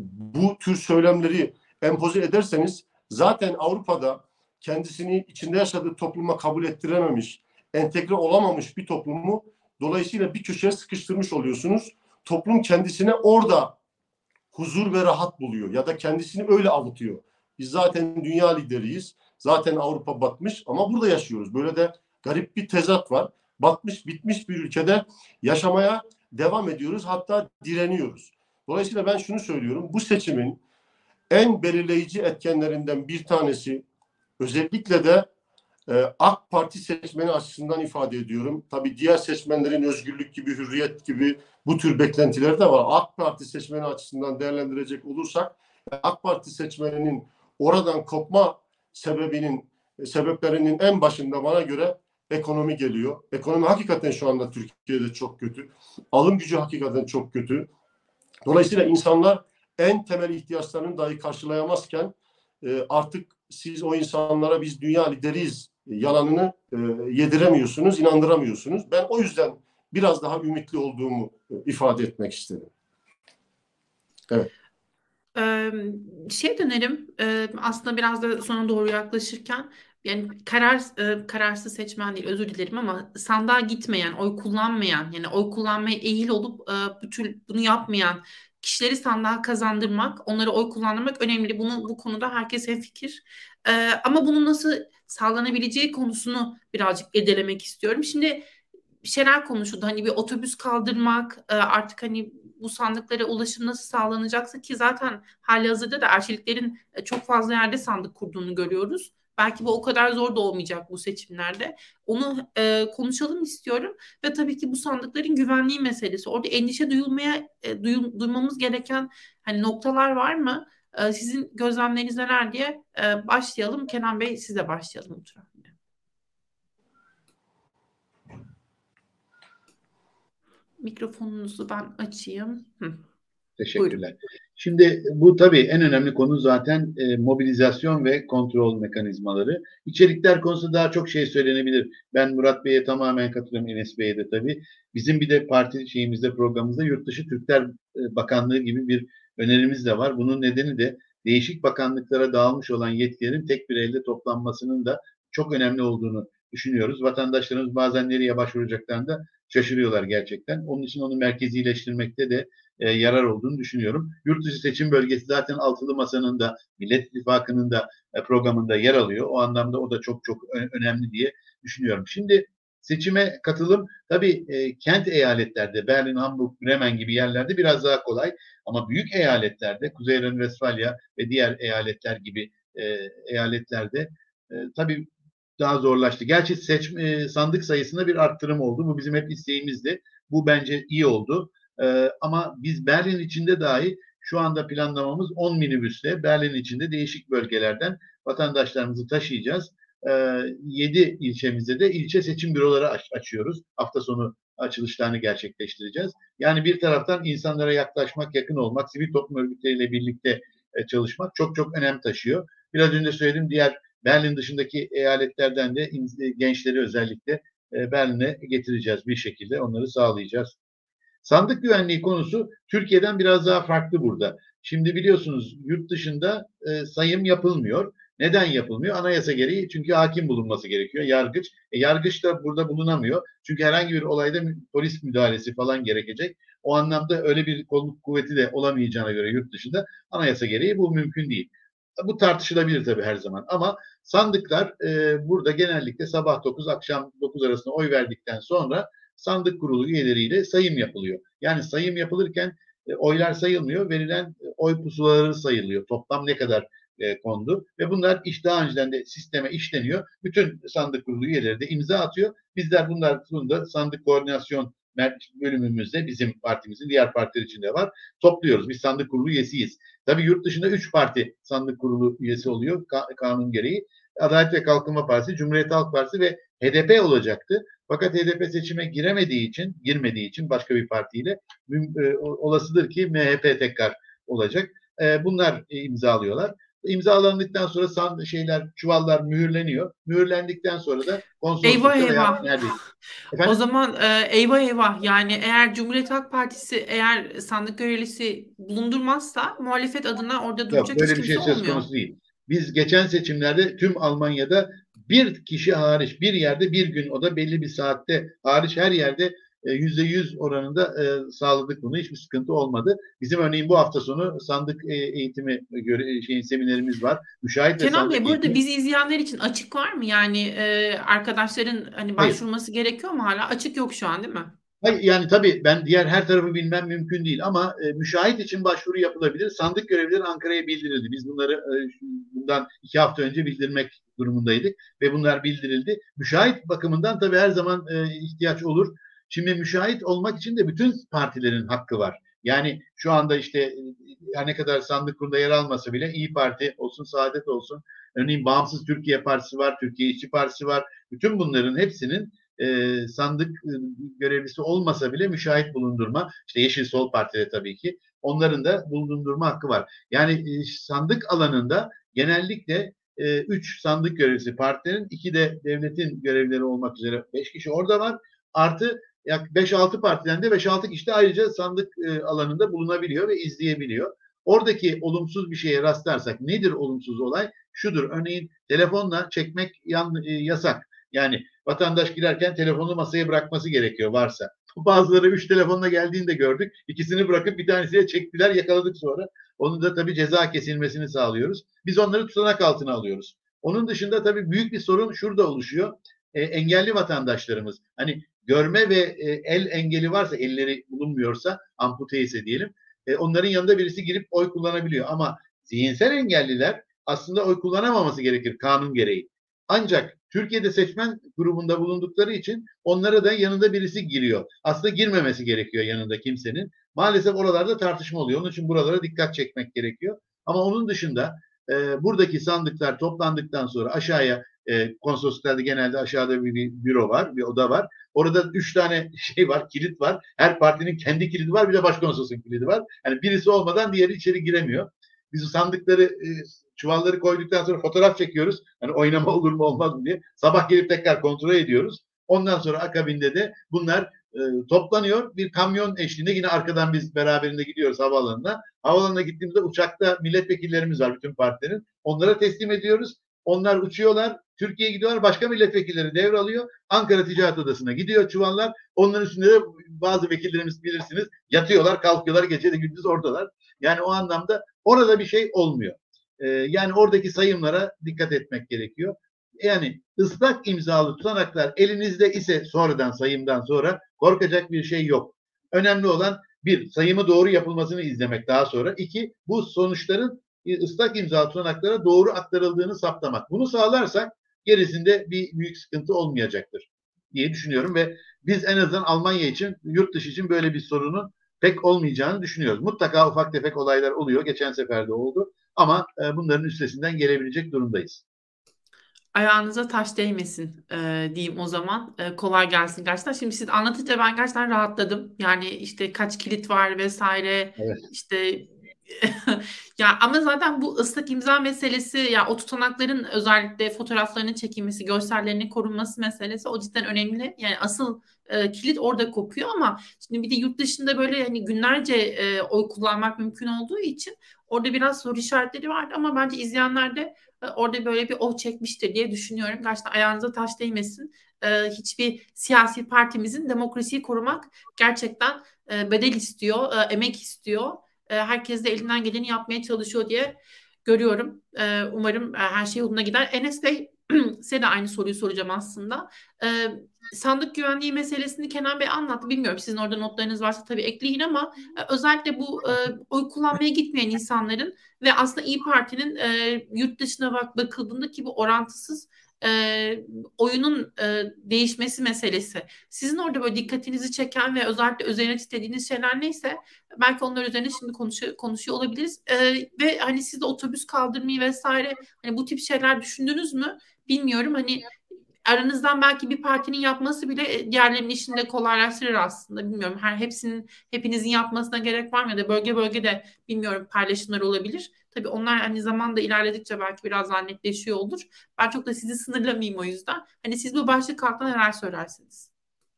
bu tür söylemleri empoze ederseniz, zaten Avrupa'da kendisini içinde yaşadığı topluma kabul ettirememiş, entegre olamamış bir toplumu dolayısıyla bir köşeye sıkıştırmış oluyorsunuz. Toplum kendisine orada huzur ve rahat buluyor ya da kendisini öyle avutuyor. Biz zaten dünya lideriyiz, zaten Avrupa batmış ama burada yaşıyoruz. Böyle de garip bir tezat var. Batmış, bitmiş bir ülkede yaşamaya devam ediyoruz, hatta direniyoruz. Dolayısıyla ben şunu söylüyorum, bu seçimin en belirleyici etkenlerinden bir tanesi, özellikle de e, AK Parti seçmeni açısından ifade ediyorum. Tabii diğer seçmenlerin özgürlük gibi, hürriyet gibi bu tür beklentileri de var. AK Parti seçmeni açısından değerlendirecek olursak, AK Parti seçmeninin oradan kopma sebebinin sebeplerinin en başında bana göre ekonomi geliyor. Ekonomi hakikaten şu anda Türkiye'de çok kötü. Alım gücü hakikaten çok kötü. Dolayısıyla insanlar en temel ihtiyaçlarını dahi karşılayamazken e, artık siz o insanlara biz dünya lideriyiz yalanını e, yediremiyorsunuz, inandıramıyorsunuz. Ben o yüzden biraz daha ümitli olduğumu e, ifade etmek istedim. Evet. Ee, şey dönerim e, aslında biraz da sona doğru yaklaşırken, yani karar e, kararsız seçmen değil, özür dilerim, ama sandığa gitmeyen, oy kullanmayan, yani oy kullanmaya eğil olup e, bu tür bunu yapmayan kişileri sandığa kazandırmak, onlara oy kullandırmak önemli. Bunu bu konuda herkes hemfikir. E, ama bunun nasıl sağlanabileceği konusunu birazcık irdelemek istiyorum. Şimdi bir şeyler konuşuldu. Hani bir otobüs kaldırmak, e, artık hani bu sandıklara ulaşım nasıl sağlanacaksa, ki zaten halihazırda da Erçeliklerin e, çok fazla yerde sandık kurduğunu görüyoruz. Belki bu o kadar zor da olmayacak bu seçimlerde. Onu e, konuşalım istiyorum. Ve tabii ki bu sandıkların güvenliği meselesi. Orada endişe duyulmaya e, duyul, duymamız gereken hani noktalar var mı? E, sizin gözlemleriniz neler diye e, başlayalım. Kenan Bey, size başlayalım lütfen. Mikrofonunuzu ben açayım. Hı. Teşekkürler. Buyurun. Şimdi bu tabii en önemli konu zaten e, mobilizasyon ve kontrol mekanizmaları. İçerikler konusunda daha çok şey söylenebilir. Ben Murat Bey'e tamamen katılıyorum, Enes Bey'e de tabii. Bizim bir de parti şeyimizde, programımızda Yurtdışı Türkler e, Bakanlığı gibi bir önerimiz de var. Bunun nedeni de değişik bakanlıklara dağılmış olan yetkilerin tek bir elde toplanmasının da çok önemli olduğunu düşünüyoruz. Vatandaşlarımız bazen nereye başvuracaklarını da şaşırıyorlar gerçekten. Onun için onu merkezileştirmekte de e, yarar olduğunu düşünüyorum. Yurtdışı seçim bölgesi zaten Altılı Masa'nın da Millet İttifakı'nın da e, programında yer alıyor. O anlamda o da çok çok önemli diye düşünüyorum. Şimdi seçime katılım tabii e, kent eyaletlerde, Berlin, Hamburg, Bremen gibi yerlerde biraz daha kolay. Ama büyük eyaletlerde, Kuzey Ren-Vesfalya ve diğer eyaletler gibi e, eyaletlerde e, tabii daha zorlaştı. Gerçi seçme, sandık sayısında bir arttırım oldu. Bu bizim hep isteğimizdi. Bu bence iyi oldu. Ee, ama biz Berlin içinde dahi şu anda planlamamız on minibüsle Berlin içinde değişik bölgelerden vatandaşlarımızı taşıyacağız. Ee, yedi ilçemizde de ilçe seçim büroları aç- açıyoruz. Hafta sonu açılışlarını gerçekleştireceğiz. Yani bir taraftan insanlara yaklaşmak, yakın olmak, sivil toplum örgütleriyle birlikte e, çalışmak çok çok önem taşıyor. Biraz önce söyledim, diğer Berlin dışındaki eyaletlerden de gençleri özellikle e, Berlin'e getireceğiz bir şekilde. Onları sağlayacağız. Sandık güvenliği konusu Türkiye'den biraz daha farklı burada. Şimdi biliyorsunuz yurt dışında e, sayım yapılmıyor. Neden yapılmıyor? Anayasa gereği, çünkü hakim bulunması gerekiyor. Yargıç. E, yargıç da burada bulunamıyor. Çünkü herhangi bir olayda polis müdahalesi falan gerekecek. O anlamda öyle bir kolluk kuvveti de olamayacağına göre yurt dışında anayasa gereği bu mümkün değil. Bu tartışılabilir tabii her zaman, ama sandıklar e, burada genellikle sabah dokuz akşam dokuz arasında oy verdikten sonra sandık kurulu üyeleriyle sayım yapılıyor. Yani sayım yapılırken e, oylar sayılmıyor, verilen e, oy pusulaları sayılıyor. Toplam ne kadar e, kondu ve bunlar iş daha önceden de sisteme işleniyor. Bütün sandık kurulu üyeleri de imza atıyor. Bizler bunlar sonunda sandık koordinasyon bölümümüzde, bizim partimizin diğer partiler içinde var, topluyoruz. Biz sandık kurulu üyesiyiz. Tabii yurt dışında üç parti sandık kurulu üyesi oluyor ka- kanun gereği. Adalet ve Kalkınma Partisi, Cumhuriyet Halk Partisi ve H D P olacaktı. Fakat H D P seçime giremediği için, girmediği için başka bir partiyle e, olasıdır ki M H P tekrar olacak. E, bunlar e, imzalıyorlar. İmzalandıktan sonra san, şeyler, çuvallar mühürleniyor. Mühürlendikten sonra da Eyvah konsoloslukta veya eyvah. neredeyse. O Efendim? zaman e, eyvah eyvah, yani eğer Cumhuriyet Halk Partisi eğer sandık görevlisi bulundurmazsa muhalefet adına orada Yok, duracak hiç böyle bir şey kimse söz olmuyor. konusu değil. Biz geçen seçimlerde tüm Almanya'da bir kişi hariç, bir yerde bir gün, o da belli bir saatte hariç, her yerde yüzde yüz oranında e, sağladık bunu. Hiçbir sıkıntı olmadı. Bizim örneğin bu hafta sonu sandık e, eğitimi göre, şeyin seminerimiz var. Müşahit ve Kenan Bey, sandık burada eğitimi. bizi izleyenler için açık var mı? Yani e, arkadaşların hani Hayır. başvurması gerekiyor mu hala? Açık yok şu an, değil mi? Hayır, yani tabii ben diğer her tarafı bilmem mümkün değil, ama e, müşahit için başvuru yapılabilir. Sandık görevlileri Ankara'ya bildirildi. Biz bunları e, bundan iki hafta önce bildirmek durumundaydık ve bunlar bildirildi. Müşahit bakımından tabii her zaman e, ihtiyaç olur. Şimdi müşahit olmak için de bütün partilerin hakkı var. Yani şu anda işte her ne kadar sandık kurulunda yer almasa bile İyi Parti olsun, Saadet olsun, örneğin Bağımsız Türkiye Partisi var, Türkiye İşçi Partisi var. Bütün bunların hepsinin e, sandık e, görevlisi olmasa bile müşahit bulundurma, işte Yeşil Sol Parti'de tabii ki onların da bulundurma hakkı var. Yani e, sandık alanında genellikle e, üç sandık görevlisi partilerin, iki de devletin görevlileri olmak üzere beş kişi orada var. Artı yak beş altı partiden de beş altı kişi de ayrıca sandık e, alanında bulunabiliyor ve izleyebiliyor. Oradaki olumsuz bir şeye rastlarsak, nedir olumsuz olay? Şudur, örneğin telefonla çekmek yan, e, yasak. Yani vatandaş girerken telefonunu masaya bırakması gerekiyor varsa. Bazıları üç telefonla geldiğini de gördük. İkisini bırakıp bir tanesiyle çektiler, yakaladık sonra. Onun da tabii ceza kesilmesini sağlıyoruz. Biz onları tutanak altına alıyoruz. Onun dışında tabii büyük bir sorun şurada oluşuyor. E, engelli vatandaşlarımız, hani görme ve e, el engeli varsa, elleri bulunmuyorsa, ampute ise diyelim, e, onların yanında birisi girip oy kullanabiliyor. Ama zihinsel engelliler aslında oy kullanamaması gerekir kanun gereği. Ancak Türkiye'de seçmen grubunda bulundukları için onlara da yanında birisi giriyor. Aslında girmemesi gerekiyor yanında kimsenin. Maalesef oralarda tartışma oluyor. Onun için buralara dikkat çekmek gerekiyor. Ama onun dışında e, buradaki sandıklar toplandıktan sonra aşağıya, e, konsolosluklarda genelde aşağıda bir, bir büro var, bir oda var. Orada üç tane şey var, kilit var. Her partinin kendi kilidi var, bir de başkonsolosun kilidi var. Yani birisi olmadan diğeri içeri giremiyor. Biz sandıkları e, çuvalları koyduktan sonra fotoğraf çekiyoruz. Hani oynama olur mu olmaz mı diye. Sabah gelip tekrar kontrol ediyoruz. Ondan sonra akabinde de bunlar e, toplanıyor. Bir kamyon eşliğinde yine arkadan biz beraberinde gidiyoruz havaalanına. Havaalanına gittiğimizde uçakta milletvekillerimiz var bütün partilerin. Onlara teslim ediyoruz. Onlar uçuyorlar. Türkiye'ye gidiyorlar. Başka milletvekilleri devralıyor. Ankara Ticaret Odası'na gidiyor çuvallar. Onların üstünde de bazı vekillerimiz bilirsiniz yatıyorlar, kalkıyorlar, gece de gündüz oradalar. Yani o anlamda orada bir şey olmuyor. Ee, yani oradaki sayımlara dikkat etmek gerekiyor. Yani ıslak imzalı tutanaklar elinizde ise sonradan, sayımdan sonra korkacak bir şey yok. Önemli olan bir, sayımı doğru yapılmasını izlemek daha sonra. İki, bu sonuçların ıslak imzalı tutanaklara doğru aktarıldığını saptamak. Bunu sağlarsak gerisinde bir büyük sıkıntı olmayacaktır diye düşünüyorum ve biz en azından Almanya için, yurt dışı için böyle bir sorunun pek olmayacağını düşünüyoruz. Mutlaka ufak tefek olaylar oluyor. Geçen sefer de oldu. Ama e, bunların üstesinden gelebilecek durumdayız. Ayağınıza taş değmesin e, diyeyim o zaman. E, kolay gelsin gerçekten. Şimdi siz anlatınca ben gerçekten rahatladım. Yani işte kaç kilit var vesaire. Evet. İşte ya ama zaten bu ıslak imza meselesi, ya o tutanakların özellikle fotoğraflarının çekilmesi, görsellerinin korunması meselesi o cidden önemli. Yani asıl e, kilit orada kopuyor ama şimdi bir de yurt dışında böyle hani günlerce e, oy kullanmak mümkün olduğu için orada biraz soru işaretleri vardı ama bence izleyenler de e, orada böyle bir oh çekmiştir diye düşünüyorum. Gerçekten ayağınıza taş değmesin. E, hiçbir siyasi partimizin demokrasiyi korumak gerçekten e, bedel istiyor, e, emek istiyor. E, herkes de elinden geleni yapmaya çalışıyor diye görüyorum. E, umarım e, her şey yoluna gider. Enes Bey, size de aynı soruyu soracağım aslında. E, sandık güvenliği meselesini Kenan Bey anlattı. Bilmiyorum, sizin orada notlarınız varsa tabii ekleyin ama e, özellikle bu e, oy kullanmaya gitmeyen insanların ve aslında İYİ Parti'nin e, yurt dışına bak bakıldığında ki bu orantısız e, oyunun e, değişmesi meselesi. Sizin orada böyle dikkatinizi çeken ve özellikle üzerine titdediğiniz şeyler neyse belki onlar üzerine şimdi konuşuyor, konuşuyor olabiliriz. E, ve hani siz de otobüs kaldırmayı vesaire hani bu tip şeyler düşündünüz mü? Bilmiyorum, hani aranızdan belki bir partinin yapması bile diğerlerinin işini de kolaylaştırır aslında. Bilmiyorum, her hepsinin hepinizin yapmasına gerek var mı ya da bölge bölge de bilmiyorum paylaşımlar olabilir. Tabii onlar hani zamanda ilerledikçe belki biraz daha netleşiyor olur. Ben çok da sizi sınırlamayayım o yüzden. Hani siz bu başlık altında neler söylersiniz?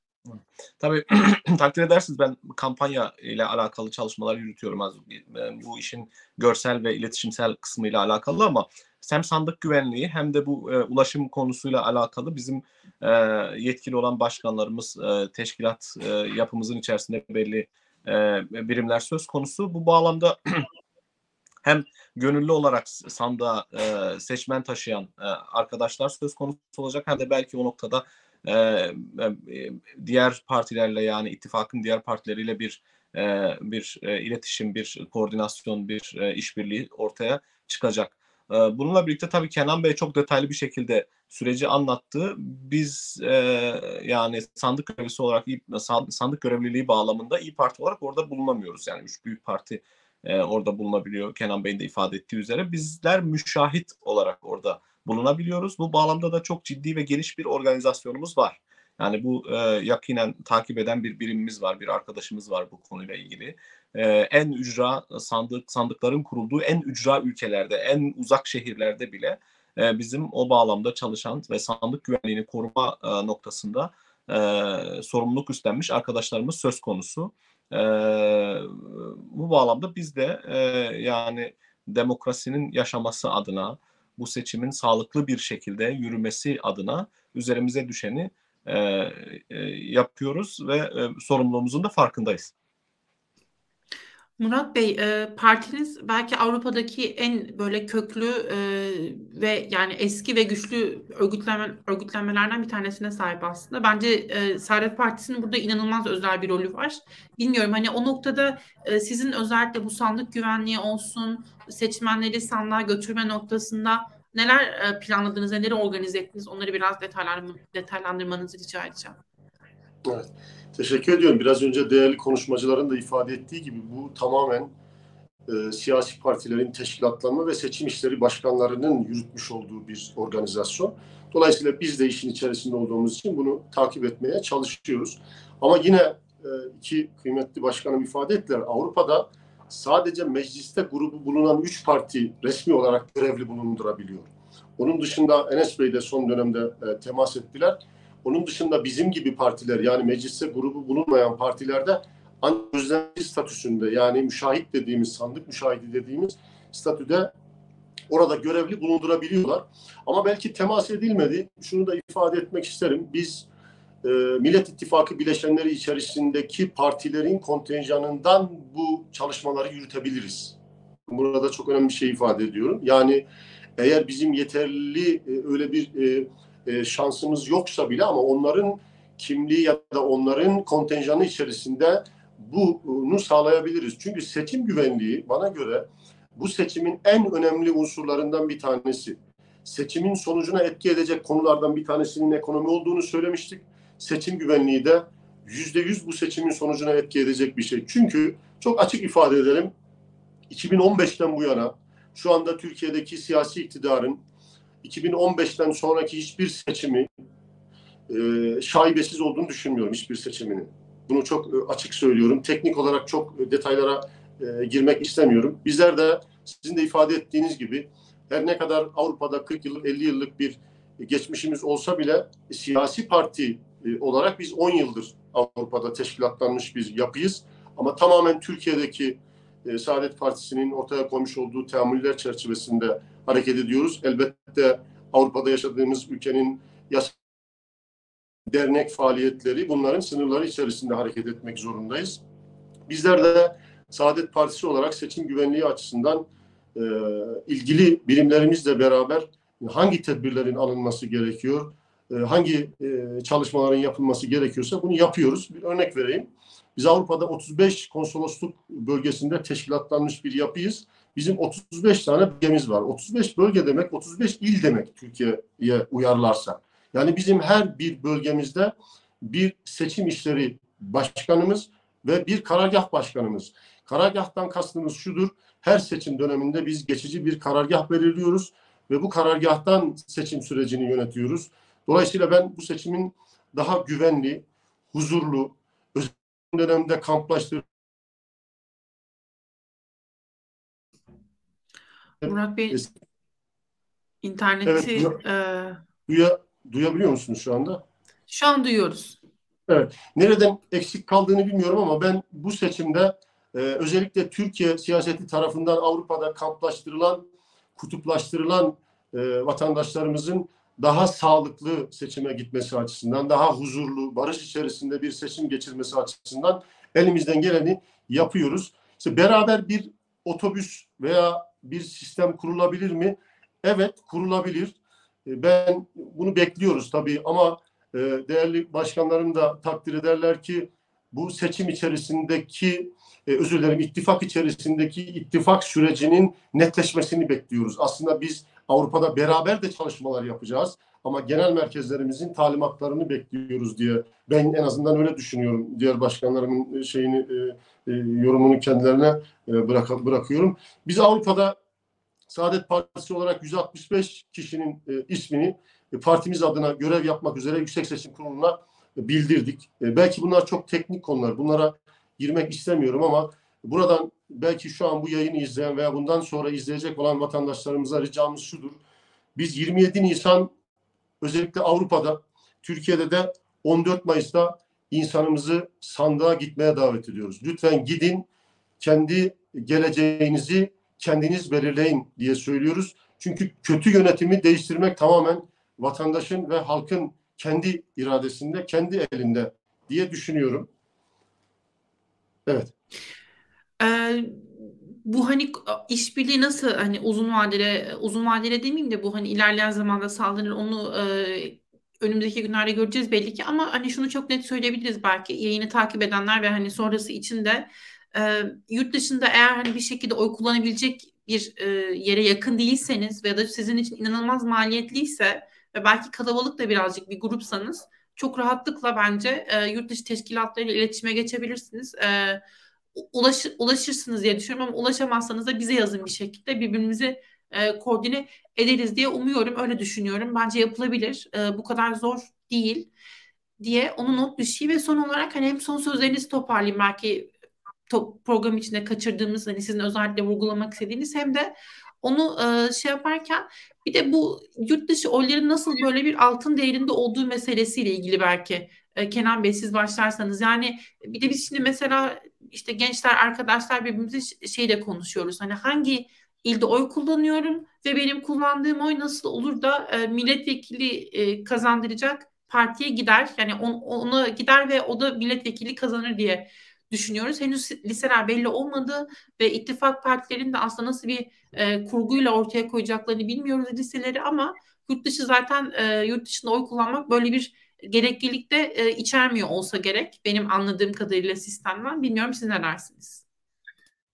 Tabii takdir edersiniz, ben kampanya ile alakalı çalışmalar yürütüyorum. Bu işin görsel ve iletişimsel kısmıyla alakalı ama hem sandık güvenliği hem de bu e, ulaşım konusuyla alakalı bizim e, yetkili olan başkanlarımız, e, teşkilat e, yapımızın içerisinde belli e, birimler söz konusu. Bu bağlamda hem gönüllü olarak sandığa e, seçmen taşıyan e, arkadaşlar söz konusu olacak, hem de belki o noktada e, e, diğer partilerle, yani ittifakın diğer partileriyle bir e, bir e, iletişim, bir koordinasyon, bir e, işbirliği ortaya çıkacak. E, bununla birlikte tabii Kenan Bey çok detaylı bir şekilde süreci anlattı. Biz e, yani sandık görevlisi olarak, sandık görevliliği bağlamında İYİ Parti olarak orada bulunamıyoruz. Yani üç büyük parti e, orada bulunabiliyor. Kenan Bey'in de ifade ettiği üzere bizler müşahit olarak orada bulunabiliyoruz. Bu bağlamda da çok ciddi ve geniş bir organizasyonumuz var. Yani bu e, yakinen takip eden bir birimimiz var, bir arkadaşımız var bu konuyla ilgili. E, en ücra sandık sandıkların kurulduğu en ücra ülkelerde, en uzak şehirlerde bile e, bizim o bağlamda çalışan ve sandık güvenliğini koruma e, noktasında e, sorumluluk üstlenmiş arkadaşlarımız söz konusu. E, bu bağlamda biz de e, yani demokrasinin yaşaması adına, bu seçimin sağlıklı bir şekilde yürümesi adına üzerimize düşeni e, e, yapıyoruz ve e, sorumluluğumuzun da farkındayız. Murat Bey, e, partiniz belki Avrupa'daki en böyle köklü e, ve yani eski ve güçlü örgütlenme, örgütlenmelerden bir tanesine sahip aslında. Bence e, Saadet Partisi'nin burada inanılmaz özel bir rolü var. Bilmiyorum, hani o noktada e, sizin özellikle bu sandık güvenliği olsun, seçmenleri sandığa götürme noktasında neler e, planladınız, neleri organize ettiniz? Onları biraz detaylandırma, detaylandırmanızı rica edeceğim. Evet. Teşekkür ediyorum. Biraz önce değerli konuşmacıların da ifade ettiği gibi bu tamamen e, siyasi partilerin teşkilatlanma ve seçim işleri başkanlarının yürütmüş olduğu bir organizasyon. Dolayısıyla biz de işin içerisinde olduğumuz için bunu takip etmeye çalışıyoruz. Ama yine e, iki kıymetli başkanım ifade ettiler. Avrupa'da sadece mecliste grubu bulunan üç parti resmi olarak görevli bulundurabiliyor. Onun dışında Enes Bey de son dönemde e, temas ettiler. Onun dışında bizim gibi partiler, yani mecliste grubu bulunmayan partilerde ancak gözlemci statüsünde, yani müşahit dediğimiz, sandık müşahidi dediğimiz statüde orada görevli bulundurabiliyorlar. Ama belki temas edilmedi. Şunu da ifade etmek isterim. Biz e, Millet İttifakı bileşenleri içerisindeki partilerin kontenjanından bu çalışmaları yürütebiliriz. Burada çok önemli bir şey ifade ediyorum. Yani eğer bizim yeterli e, öyle bir e, e, şansımız yoksa bile, ama onların kimliği ya da onların kontenjanı içerisinde bunu sağlayabiliriz. Çünkü seçim güvenliği bana göre bu seçimin en önemli unsurlarından bir tanesi. seçimin sonucuna etki edecek konulardan bir tanesinin ekonomi olduğunu söylemiştik. Seçim güvenliği de yüzde yüz bu seçimin sonucuna etki edecek bir şey. Çünkü çok açık ifade edelim, iki bin on beşten bu yana şu anda Türkiye'deki siyasi iktidarın iki bin on beşten sonraki hiçbir seçimi e, şaibesiz olduğunu düşünmüyorum, hiçbir seçiminin. Bunu çok e, açık söylüyorum. Teknik olarak çok e, detaylara e, girmek istemiyorum. Bizler de sizin de ifade ettiğiniz gibi her ne kadar Avrupa'da kırk yıllık, elli yıllık bir geçmişimiz olsa bile e, siyasi parti e, olarak biz on yıldır Avrupa'da teşkilatlanmış bir yapıyız. Ama tamamen Türkiye'deki e, Saadet Partisi'nin ortaya koymuş olduğu teamüller çerçevesinde hareket ediyoruz. Elbette Avrupa'da yaşadığımız ülkenin yasa, dernek faaliyetleri, bunların sınırları içerisinde hareket etmek zorundayız. Bizler de Saadet Partisi olarak seçim güvenliği açısından e, ilgili birimlerimizle beraber hangi tedbirlerin alınması gerekiyor, e, hangi e, çalışmaların yapılması gerekiyorsa bunu yapıyoruz. Bir örnek vereyim. Biz Avrupa'da otuz beş konsolosluk bölgesinde teşkilatlanmış bir yapıyız. Bizim otuz beş tane bölgemiz var. otuz beş bölge demek, otuz beş il demek Türkiye'ye uyarlarsa. Yani bizim her bir bölgemizde bir seçim işleri başkanımız ve bir karargah başkanımız. Karargahtan kastımız şudur: her seçim döneminde biz geçici bir karargah belirliyoruz ve bu karargahtan seçim sürecini yönetiyoruz. Dolayısıyla ben bu seçimin daha güvenli, huzurlu, özel dönemde kamplaştırılmış. Murat Bey, Evet, interneti e, duya, duyabiliyor musunuz şu anda? şu an duyuyoruz. Evet. Nereden eksik kaldığını bilmiyorum ama ben bu seçimde e, özellikle Türkiye siyaseti tarafından Avrupa'da kamplaştırılan, kutuplaştırılan e, vatandaşlarımızın daha sağlıklı seçime gitmesi açısından, daha huzurlu, barış içerisinde bir seçim geçirmesi açısından elimizden geleni yapıyoruz. İşte beraber bir otobüs veya bir sistem kurulabilir mi? Evet, kurulabilir. E, ben bunu bekliyoruz tabii ama e, değerli başkanlarım da takdir ederler ki bu seçim içerisindeki e, özür dilerim ittifak içerisindeki ittifak sürecinin netleşmesini bekliyoruz. Aslında biz Avrupa'da beraber de çalışmalar yapacağız ama genel merkezlerimizin talimatlarını bekliyoruz diye ben en azından öyle düşünüyorum. Diğer başkanlarımın şeyini e, e, yorumunu kendilerine e, bırak, bırakıyorum. Biz Avrupa'da Saadet Partisi olarak yüz altmış beş kişinin e, ismini e, partimiz adına görev yapmak üzere Yüksek Seçim Kurulu'na e, bildirdik. E, belki bunlar çok teknik konular. Bunlara girmek istemiyorum ama buradan belki şu an bu yayını izleyen veya bundan sonra izleyecek olan vatandaşlarımıza ricamız şudur: biz yirmi yedi Nisan özellikle Avrupa'da, Türkiye'de de on dört Mayıs'ta insanımızı sandığa gitmeye davet ediyoruz. Lütfen gidin, kendi geleceğinizi kendiniz belirleyin diye söylüyoruz. Çünkü kötü yönetimi değiştirmek tamamen vatandaşın ve halkın kendi iradesinde, kendi elinde diye düşünüyorum. Evet. Ee, bu hani işbirliği nasıl, hani uzun vadeli uzun vadeli demeyeyim de bu hani ilerleyen zamanda sağlanır, onu e, önümüzdeki günlerde göreceğiz belli ki, ama hani şunu çok net söyleyebiliriz, belki yayını takip edenler ve hani sonrası için de e, yurt dışında eğer hani bir şekilde oy kullanabilecek bir e, yere yakın değilseniz veya da sizin için inanılmaz maliyetliyse ve belki kalabalık da birazcık bir grupsanız, çok rahatlıkla bence e, yurt dışı teşkilatlarıyla iletişime geçebilirsiniz. E, ulaş, ulaşırsınız diye düşünüyorum, ama ulaşamazsanız da bize yazın, bir şekilde birbirimizi e, koordine ederiz diye umuyorum, öyle düşünüyorum. Bence yapılabilir. E, bu kadar zor değil diye onu not düşeyim ve son olarak hani hem son sözlerinizi toparlayayım, belki to- program içinde kaçırdığımız, hani sizin özellikle vurgulamak istediğiniz, hem de onu e, şey yaparken bir de bu yurt dışı oyların nasıl böyle bir altın değerinde olduğu meselesiyle ilgili belki e, Kenan Bey siz başlarsanız. Yani bir de biz şimdi mesela işte gençler arkadaşlar birbirimize ş- şeyle konuşuyoruz. Hani hangi ilde oy kullanıyorum ve benim kullandığım oy nasıl olur da e, milletvekili e, kazandıracak partiye gider. Yani on, ona gider ve o da milletvekili kazanır diye düşünüyoruz. Henüz listeler belli olmadı ve ittifak partilerinin de aslında nasıl bir e, kurguyla ortaya koyacaklarını bilmiyoruz listeleri, ama yurt dışı zaten e, yurt dışında oy kullanmak böyle bir gereklilik de e, içermiyor olsa gerek. Benim anladığım kadarıyla sistemden. Bilmiyorum, siz ne dersiniz?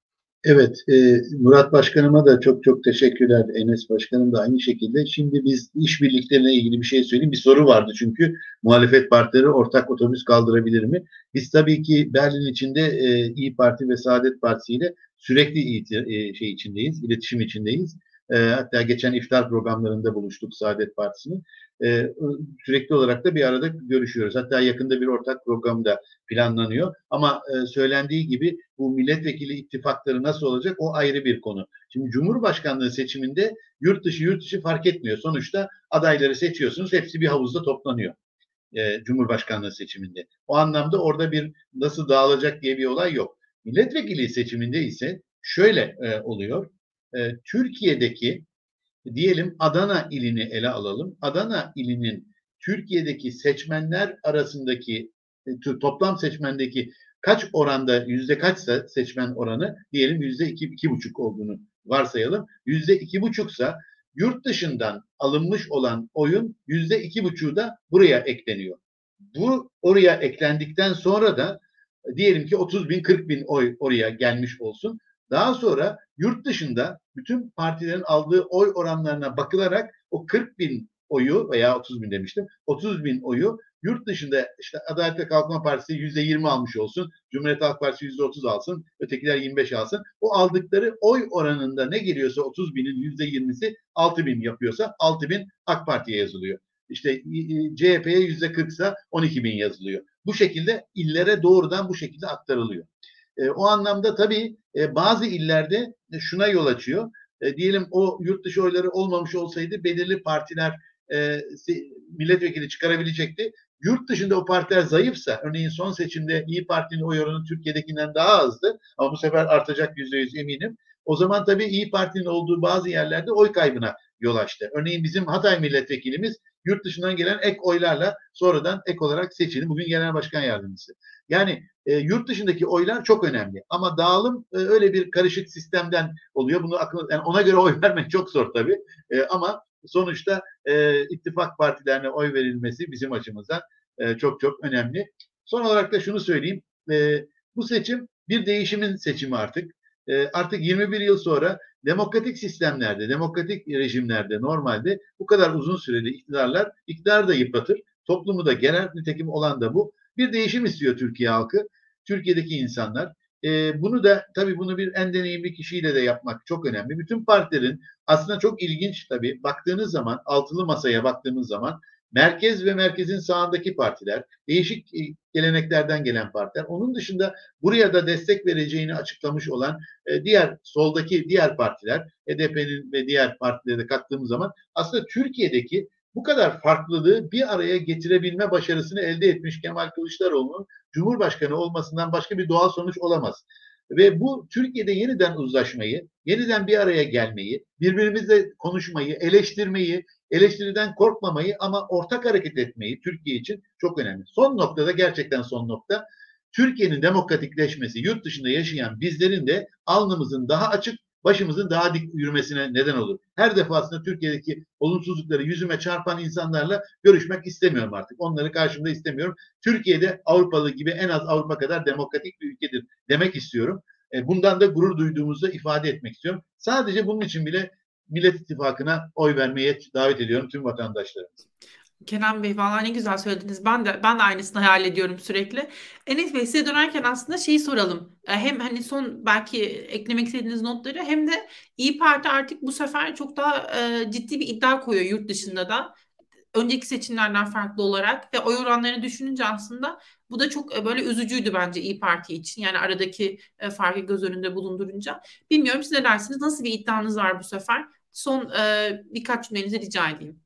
Evet, e, Murat Başkanıma da çok çok teşekkürler. Enes Başkanım da aynı şekilde. Şimdi biz işbirliklerine ilgili bir şey söyleyeyim. Bir soru vardı çünkü muhalefet partileri ortak otobüs kaldırabilir mi? Biz tabii ki Berlin içinde e, İyi Parti ve Saadet Partisi ile sürekli iti- e, şey içindeyiz, iletişim içindeyiz. E, hatta geçen iftar programlarında buluştuk Saadet Partisi'nin. E, sürekli olarak da bir arada görüşüyoruz. Hatta yakında bir ortak program da planlanıyor. Ama e, söylendiği gibi bu milletvekili ittifakları nasıl olacak o ayrı bir konu. Şimdi Cumhurbaşkanlığı seçiminde yurt dışı yurt dışı fark etmiyor. Sonuçta adayları seçiyorsunuz, hepsi bir havuzda toplanıyor e, Cumhurbaşkanlığı seçiminde. O anlamda orada bir nasıl dağılacak diye bir olay yok. Milletvekili seçiminde ise şöyle e, oluyor. E, Türkiye'deki diyelim Adana ilini ele alalım. Adana ilinin Türkiye'deki seçmenler arasındaki e, toplam seçmendeki kaç oranda yüzde kaçsa seçmen oranı diyelim yüzde iki, iki buçuk olduğunu varsayalım. Yüzde iki buçuksa yurt dışından alınmış olan oyun yüzde iki buçuğu da buraya ekleniyor. Bu oraya eklendikten sonra da diyelim ki otuz bin kırk bin oy oraya gelmiş olsun. Daha sonra yurt dışında bütün partilerin aldığı oy oranlarına bakılarak o kırk bin oyu veya otuz bin demiştim. otuz bin oyu yurt dışında işte Adalet ve Kalkınma Partisi yüzde yirmi almış olsun. Cumhuriyet Halk Partisi yüzde otuz alsın. Ötekiler yirmi beş alsın. O aldıkları oy oranında ne geliyorsa otuz binin yüzde yirmisi altı bin yapıyorsa altı bin AK Parti'ye yazılıyor. İşte C H P'ye yüzde kırksa on iki bin yazılıyor. Bu şekilde illere doğrudan bu şekilde aktarılıyor. E, o anlamda tabii e, bazı illerde şuna yol açıyor. E, diyelim o yurt dışı oyları olmamış olsaydı belirli partiler e, milletvekili çıkarabilecekti. Yurt dışında o partiler zayıfsa, örneğin son seçimde İyi Parti'nin oy oranı Türkiye'dekinden daha azdı ama bu sefer artacak yüzde yüz eminim. O zaman tabii İyi Parti'nin olduğu bazı yerlerde oy kaybına yol açtı. Örneğin bizim Hatay milletvekilimiz yurt dışından gelen ek oylarla sonradan ek olarak seçildi. Bugün genel başkan yardımcısı. Yani e, yurt dışındaki oylar çok önemli. Ama dağılım e, öyle bir karışık sistemden oluyor. Bunu akıl, yani ona göre oy vermek çok zor tabii. E, ama sonuçta e, ittifak partilerine oy verilmesi bizim açımızdan e, çok çok önemli. Son olarak da şunu söyleyeyim. E, bu seçim bir değişimin seçimi artık. E, artık yirmi bir yıl sonra demokratik sistemlerde, demokratik rejimlerde normalde bu kadar uzun süreli iktidarlar iktidarı da yıpratır. Toplumu da genel nitekim olan da bu. Bir değişim istiyor Türkiye halkı, Türkiye'deki insanlar. E, bunu da tabii bunu bir en deneyimli kişiyle de yapmak çok önemli. Bütün partilerin aslında çok ilginç tabii baktığınız zaman altılı masaya baktığımız zaman merkez ve merkezin sağındaki partiler, değişik geleneklerden gelen partiler, onun dışında buraya da destek vereceğini açıklamış olan e, diğer soldaki diğer partiler, H D P'nin ve diğer partileri de kattığımız zaman aslında Türkiye'deki bu kadar farklılığı bir araya getirebilme başarısını elde etmiş Kemal Kılıçdaroğlu'nun Cumhurbaşkanı olmasından başka bir doğal sonuç olamaz. Ve bu Türkiye'de yeniden uzlaşmayı, yeniden bir araya gelmeyi, birbirimizle konuşmayı, eleştirmeyi, eleştiriden korkmamayı ama ortak hareket etmeyi Türkiye için çok önemli. Son noktada gerçekten son nokta Türkiye'nin demokratikleşmesi, yurt dışında yaşayan bizlerin de alnımızın daha açık, başımızın daha dik yürümesine neden olur. Her defasında Türkiye'deki olumsuzlukları yüzüme çarpan insanlarla görüşmek istemiyorum artık. Onları karşımda istemiyorum. Türkiye'de Avrupalı gibi en az Avrupa kadar demokratik bir ülkedir demek istiyorum. Bundan da gurur duyduğumuzu ifade etmek istiyorum. Sadece bunun için bile Millet İttifakı'na oy vermeye davet ediyorum tüm vatandaşları. Kenan Bey valla ne güzel söylediniz. Ben de ben de aynısını hayal ediyorum sürekli. Enes Bey size dönerken aslında şeyi soralım. Hem hani son belki eklemek istediğiniz notları hem de İyi Parti artık bu sefer çok daha e, ciddi bir iddia koyuyor yurt dışında da. Önceki seçimlerden farklı olarak ve oy oranlarını düşününce aslında bu da çok e, böyle üzücüydü bence İyi Parti için. Yani aradaki e, farkı göz önünde bulundurunca. Bilmiyorum siz ne dersiniz? Nasıl bir iddianız var bu sefer? Son e, birkaç cümlenizi rica edeyim.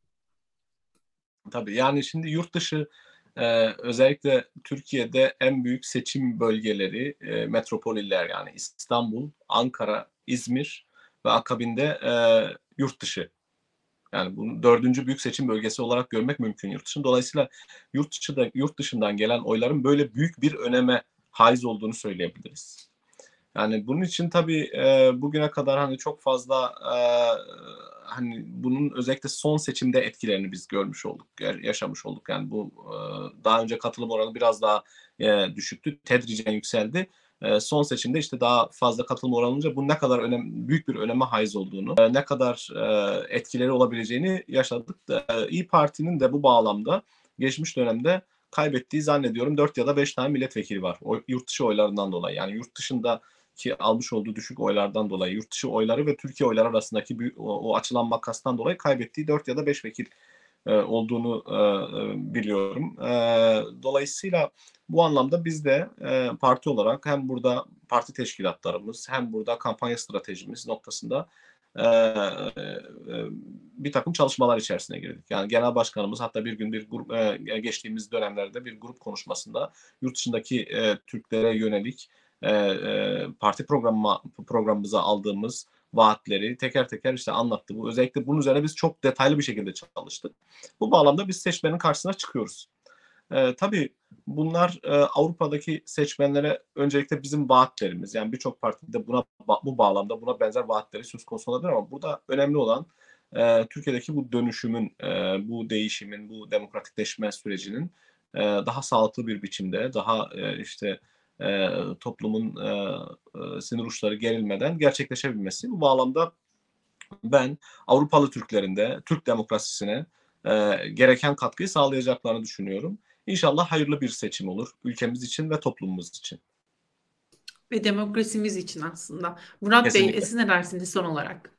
Tabii yani şimdi yurt dışı e, özellikle Türkiye'de en büyük seçim bölgeleri e, metropol iller yani İstanbul, Ankara, İzmir ve akabinde e, yurt dışı. Yani bunu dördüncü büyük seçim bölgesi olarak görmek mümkün yurt dışında. Dolayısıyla yurt dışında yurt dışından gelen oyların böyle büyük bir öneme haiz olduğunu söyleyebiliriz. Yani bunun için tabii e, bugüne kadar hani çok fazla e, hani bunun özellikle son seçimde etkilerini biz görmüş olduk, yaşamış olduk. Yani bu e, daha önce katılım oranı biraz daha e, düşüktü, tedricen yükseldi. E, son seçimde işte daha fazla katılım oranı olunca bu ne kadar önem, büyük bir öneme haiz olduğunu, e, ne kadar e, etkileri olabileceğini yaşadık. E, İyi Parti'nin de bu bağlamda geçmiş dönemde kaybettiği zannediyorum dört ya da beş tane milletvekili var. O, yurt dışı oylarından dolayı. Yani yurt dışında ki almış olduğu düşük oylardan dolayı, yurt dışı oyları ve Türkiye oyları arasındaki bir, o, o açılan makastan dolayı kaybettiği dört ya da beş vekil e, olduğunu e, e, biliyorum. E, dolayısıyla bu anlamda biz de e, parti olarak hem burada parti teşkilatlarımız hem burada kampanya stratejimiz noktasında e, e, bir takım çalışmalar içerisine girdik. Yani genel başkanımız hatta bir gün bir grup e, geçtiğimiz dönemlerde bir grup konuşmasında yurt dışındaki e, Türklere yönelik e, e, parti programı programımıza aldığımız vaatleri teker teker işte anlattı. Bu özellikle bunun üzerine biz çok detaylı bir şekilde çalıştık. Bu bağlamda biz seçmenin karşısına çıkıyoruz. E, tabii bunlar e, Avrupa'daki seçmenlere öncelikle bizim vaatlerimiz. Yani birçok partide buna bu bağlamda buna benzer vaatleri söz konusu olabilir ama burada önemli olan e, Türkiye'deki bu dönüşümün, e, bu değişimin, bu demokratikleşme sürecinin e, daha sağlıklı bir biçimde, daha e, işte e, toplumun e, e, sinir uçları gerilmeden gerçekleşebilmesi. Bu bağlamda ben Avrupalı Türklerin de Türk demokrasisine e, gereken katkıyı sağlayacaklarını düşünüyorum. İnşallah hayırlı bir seçim olur ülkemiz için ve toplumumuz için. Ve demokrasimiz için aslında. Murat Kesinlikle. Bey, siz ne dersiniz son olarak?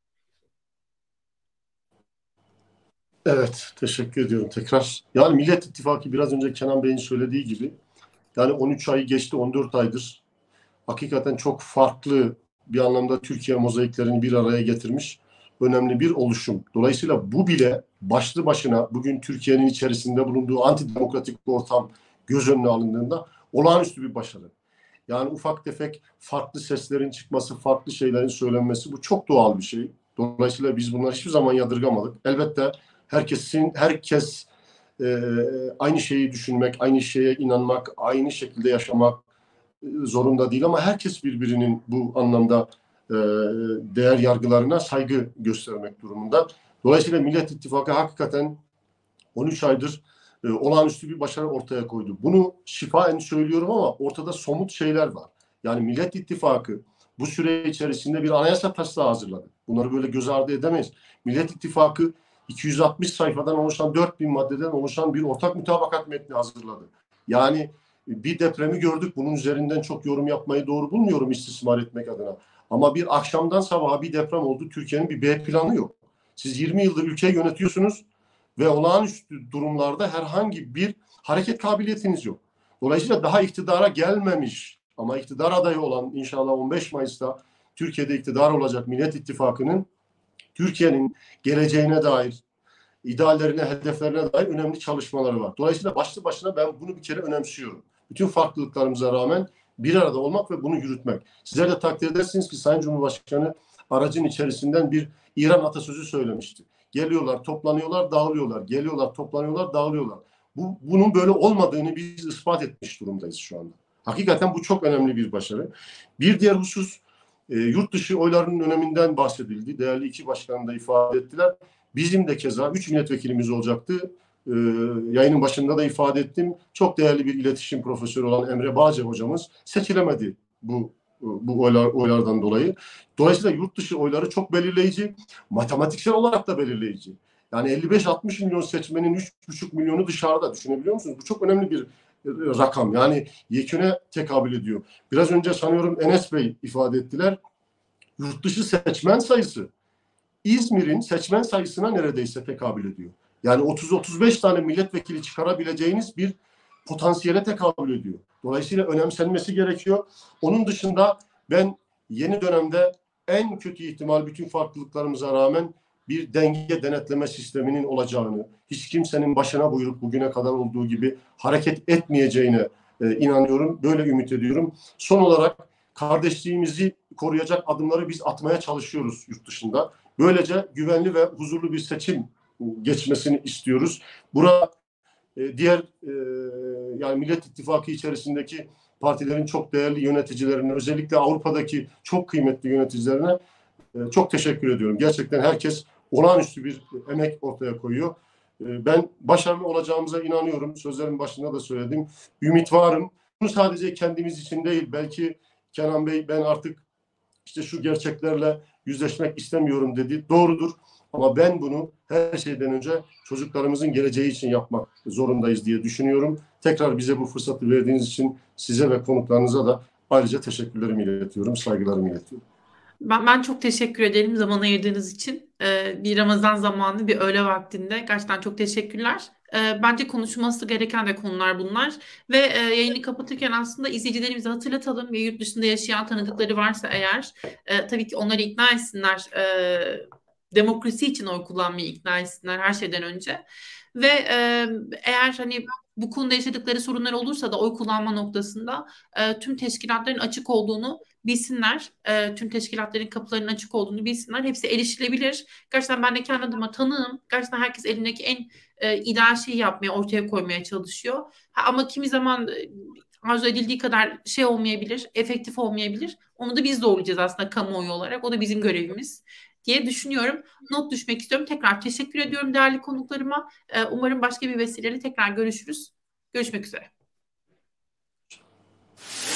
Evet, teşekkür ediyorum tekrar. Yani Millet İttifakı biraz önce Kenan Bey'in söylediği gibi yani on üç ayı geçti, on dört aydır. Hakikaten çok farklı bir anlamda Türkiye mozaiklerini bir araya getirmiş önemli bir oluşum. Dolayısıyla bu bile başlı başına bugün Türkiye'nin içerisinde bulunduğu antidemokratik ortam göz önüne alındığında olağanüstü bir başarı. Yani ufak tefek farklı seslerin çıkması, farklı şeylerin söylenmesi bu çok doğal bir şey. Dolayısıyla biz bunları hiçbir zaman yadırgamadık. Elbette herkesin, herkes e, aynı şeyi düşünmek, aynı şeye inanmak, aynı şekilde yaşamak e, zorunda değil ama herkes birbirinin bu anlamda e, değer yargılarına saygı göstermek durumunda. Dolayısıyla Millet İttifakı hakikaten on üç aydır e, olağanüstü bir başarı ortaya koydu. Bunu şifaen söylüyorum ama ortada somut şeyler var. Yani Millet İttifakı bu süre içerisinde bir anayasa taslağı hazırladı. Bunları böyle göz ardı edemeyiz. Millet İttifakı iki yüz altmış sayfadan oluşan dört bin maddeden oluşan bir ortak mutabakat metni hazırladı. Yani bir depremi gördük. Bunun üzerinden çok yorum yapmayı doğru bulmuyorum istismar etmek adına. Ama bir akşamdan sabaha bir deprem oldu. Türkiye'nin bir B planı yok. Siz yirmi yıldır ülkeyi yönetiyorsunuz ve olağanüstü durumlarda herhangi bir hareket kabiliyetiniz yok. Dolayısıyla daha iktidara gelmemiş ama iktidar adayı olan inşallah on beş Mayıs'ta Türkiye'de iktidar olacak Millet İttifakı'nın Türkiye'nin geleceğine dair, ideallerine, hedeflerine dair önemli çalışmaları var. Dolayısıyla başlı başına ben bunu bir kere önemsiyorum. Bütün farklılıklarımıza rağmen bir arada olmak ve bunu yürütmek. Sizler de takdir edersiniz ki Sayın Cumhurbaşkanı aracın içerisinden bir İran atasözü söylemişti. Geliyorlar, toplanıyorlar, dağılıyorlar. Geliyorlar, toplanıyorlar, dağılıyorlar. Bu, bunun böyle olmadığını biz ispat etmiş durumdayız şu anda. Hakikaten bu çok önemli bir başarı. Bir diğer husus, e, yurt dışı oylarının öneminden bahsedildi. Değerli iki başkan da ifade ettiler. Bizim de keza üç milletvekilimiz olacaktı. Ee, yayının başında da ifade ettim. Çok değerli bir iletişim profesörü olan Emre Bağcı hocamız seçilemedi bu bu oylar, oylardan dolayı. Dolayısıyla yurt dışı oyları çok belirleyici. Matematiksel olarak da belirleyici. Yani elli beş altmış milyon seçmenin üç buçuk milyonu dışarıda. Düşünebiliyor musunuz? Bu çok önemli bir rakam. Yani yeküne tekabül ediyor. Biraz önce sanıyorum Enes Bey ifade ettiler. Yurt dışı seçmen sayısı İzmir'in seçmen sayısına neredeyse tekabül ediyor. Yani otuz otuz beş tane milletvekili çıkarabileceğiniz bir potansiyele tekabül ediyor. Dolayısıyla önemsenmesi gerekiyor. Onun dışında ben yeni dönemde en kötü ihtimal bütün farklılıklarımıza rağmen bir denge denetleme sisteminin olacağını, hiç kimsenin başına buyruk bugüne kadar olduğu gibi hareket etmeyeceğine e, inanıyorum. Böyle ümit ediyorum. Son olarak kardeşliğimizi koruyacak adımları biz atmaya çalışıyoruz yurt dışında. Böylece güvenli ve huzurlu bir seçim geçmesini istiyoruz. Burada e, diğer e, yani Millet İttifakı içerisindeki partilerin çok değerli yöneticilerine, özellikle Avrupa'daki çok kıymetli yöneticilerine e, çok teşekkür ediyorum. Gerçekten herkes olağanüstü bir emek ortaya koyuyor. Ben başarılı olacağımıza inanıyorum. Sözlerin başında da söyledim. Ümit varım. Bunu sadece kendimiz için değil, belki Kenan Bey ben artık işte şu gerçeklerle yüzleşmek istemiyorum dedi. Doğrudur. Ama ben bunu her şeyden önce çocuklarımızın geleceği için yapmak zorundayız diye düşünüyorum. Tekrar bize bu fırsatı verdiğiniz için size ve konuklarınıza da ayrıca teşekkürlerimi iletiyorum, saygılarımı iletiyorum. Ben, ben çok teşekkür ederim zaman ayırdığınız için. Ee, bir Ramazan zamanı, bir öğle vaktinde. Gerçekten çok teşekkürler. Ee, bence konuşulması gereken de konular bunlar. Ve e, yayını kapatırken aslında izleyicilerimize hatırlatalım ve yurt dışında yaşayan tanıdıkları varsa eğer e, tabii ki onları ikna etsinler. E, demokrasi için oy kullanmayı ikna etsinler her şeyden önce. Ve e, eğer hani bu konuda yaşadıkları sorunlar olursa da oy kullanma noktasında e, tüm teşkilatların açık olduğunu bilsinler. E, tüm teşkilatların kapılarının açık olduğunu bilsinler. Hepsi erişilebilir. Gerçekten ben de kendi adıma tanığım. Gerçekten herkes elindeki en e, ideal şeyi yapmaya, ortaya koymaya çalışıyor. Ha, ama kimi zaman e, arzu edildiği kadar şey olmayabilir, efektif olmayabilir. Onu da biz zorlayacağız aslında kamuoyu olarak. O da bizim görevimiz diye düşünüyorum. Not düşmek istiyorum. Tekrar teşekkür ediyorum değerli konuklarıma. E, umarım başka bir vesileyle tekrar görüşürüz. Görüşmek üzere.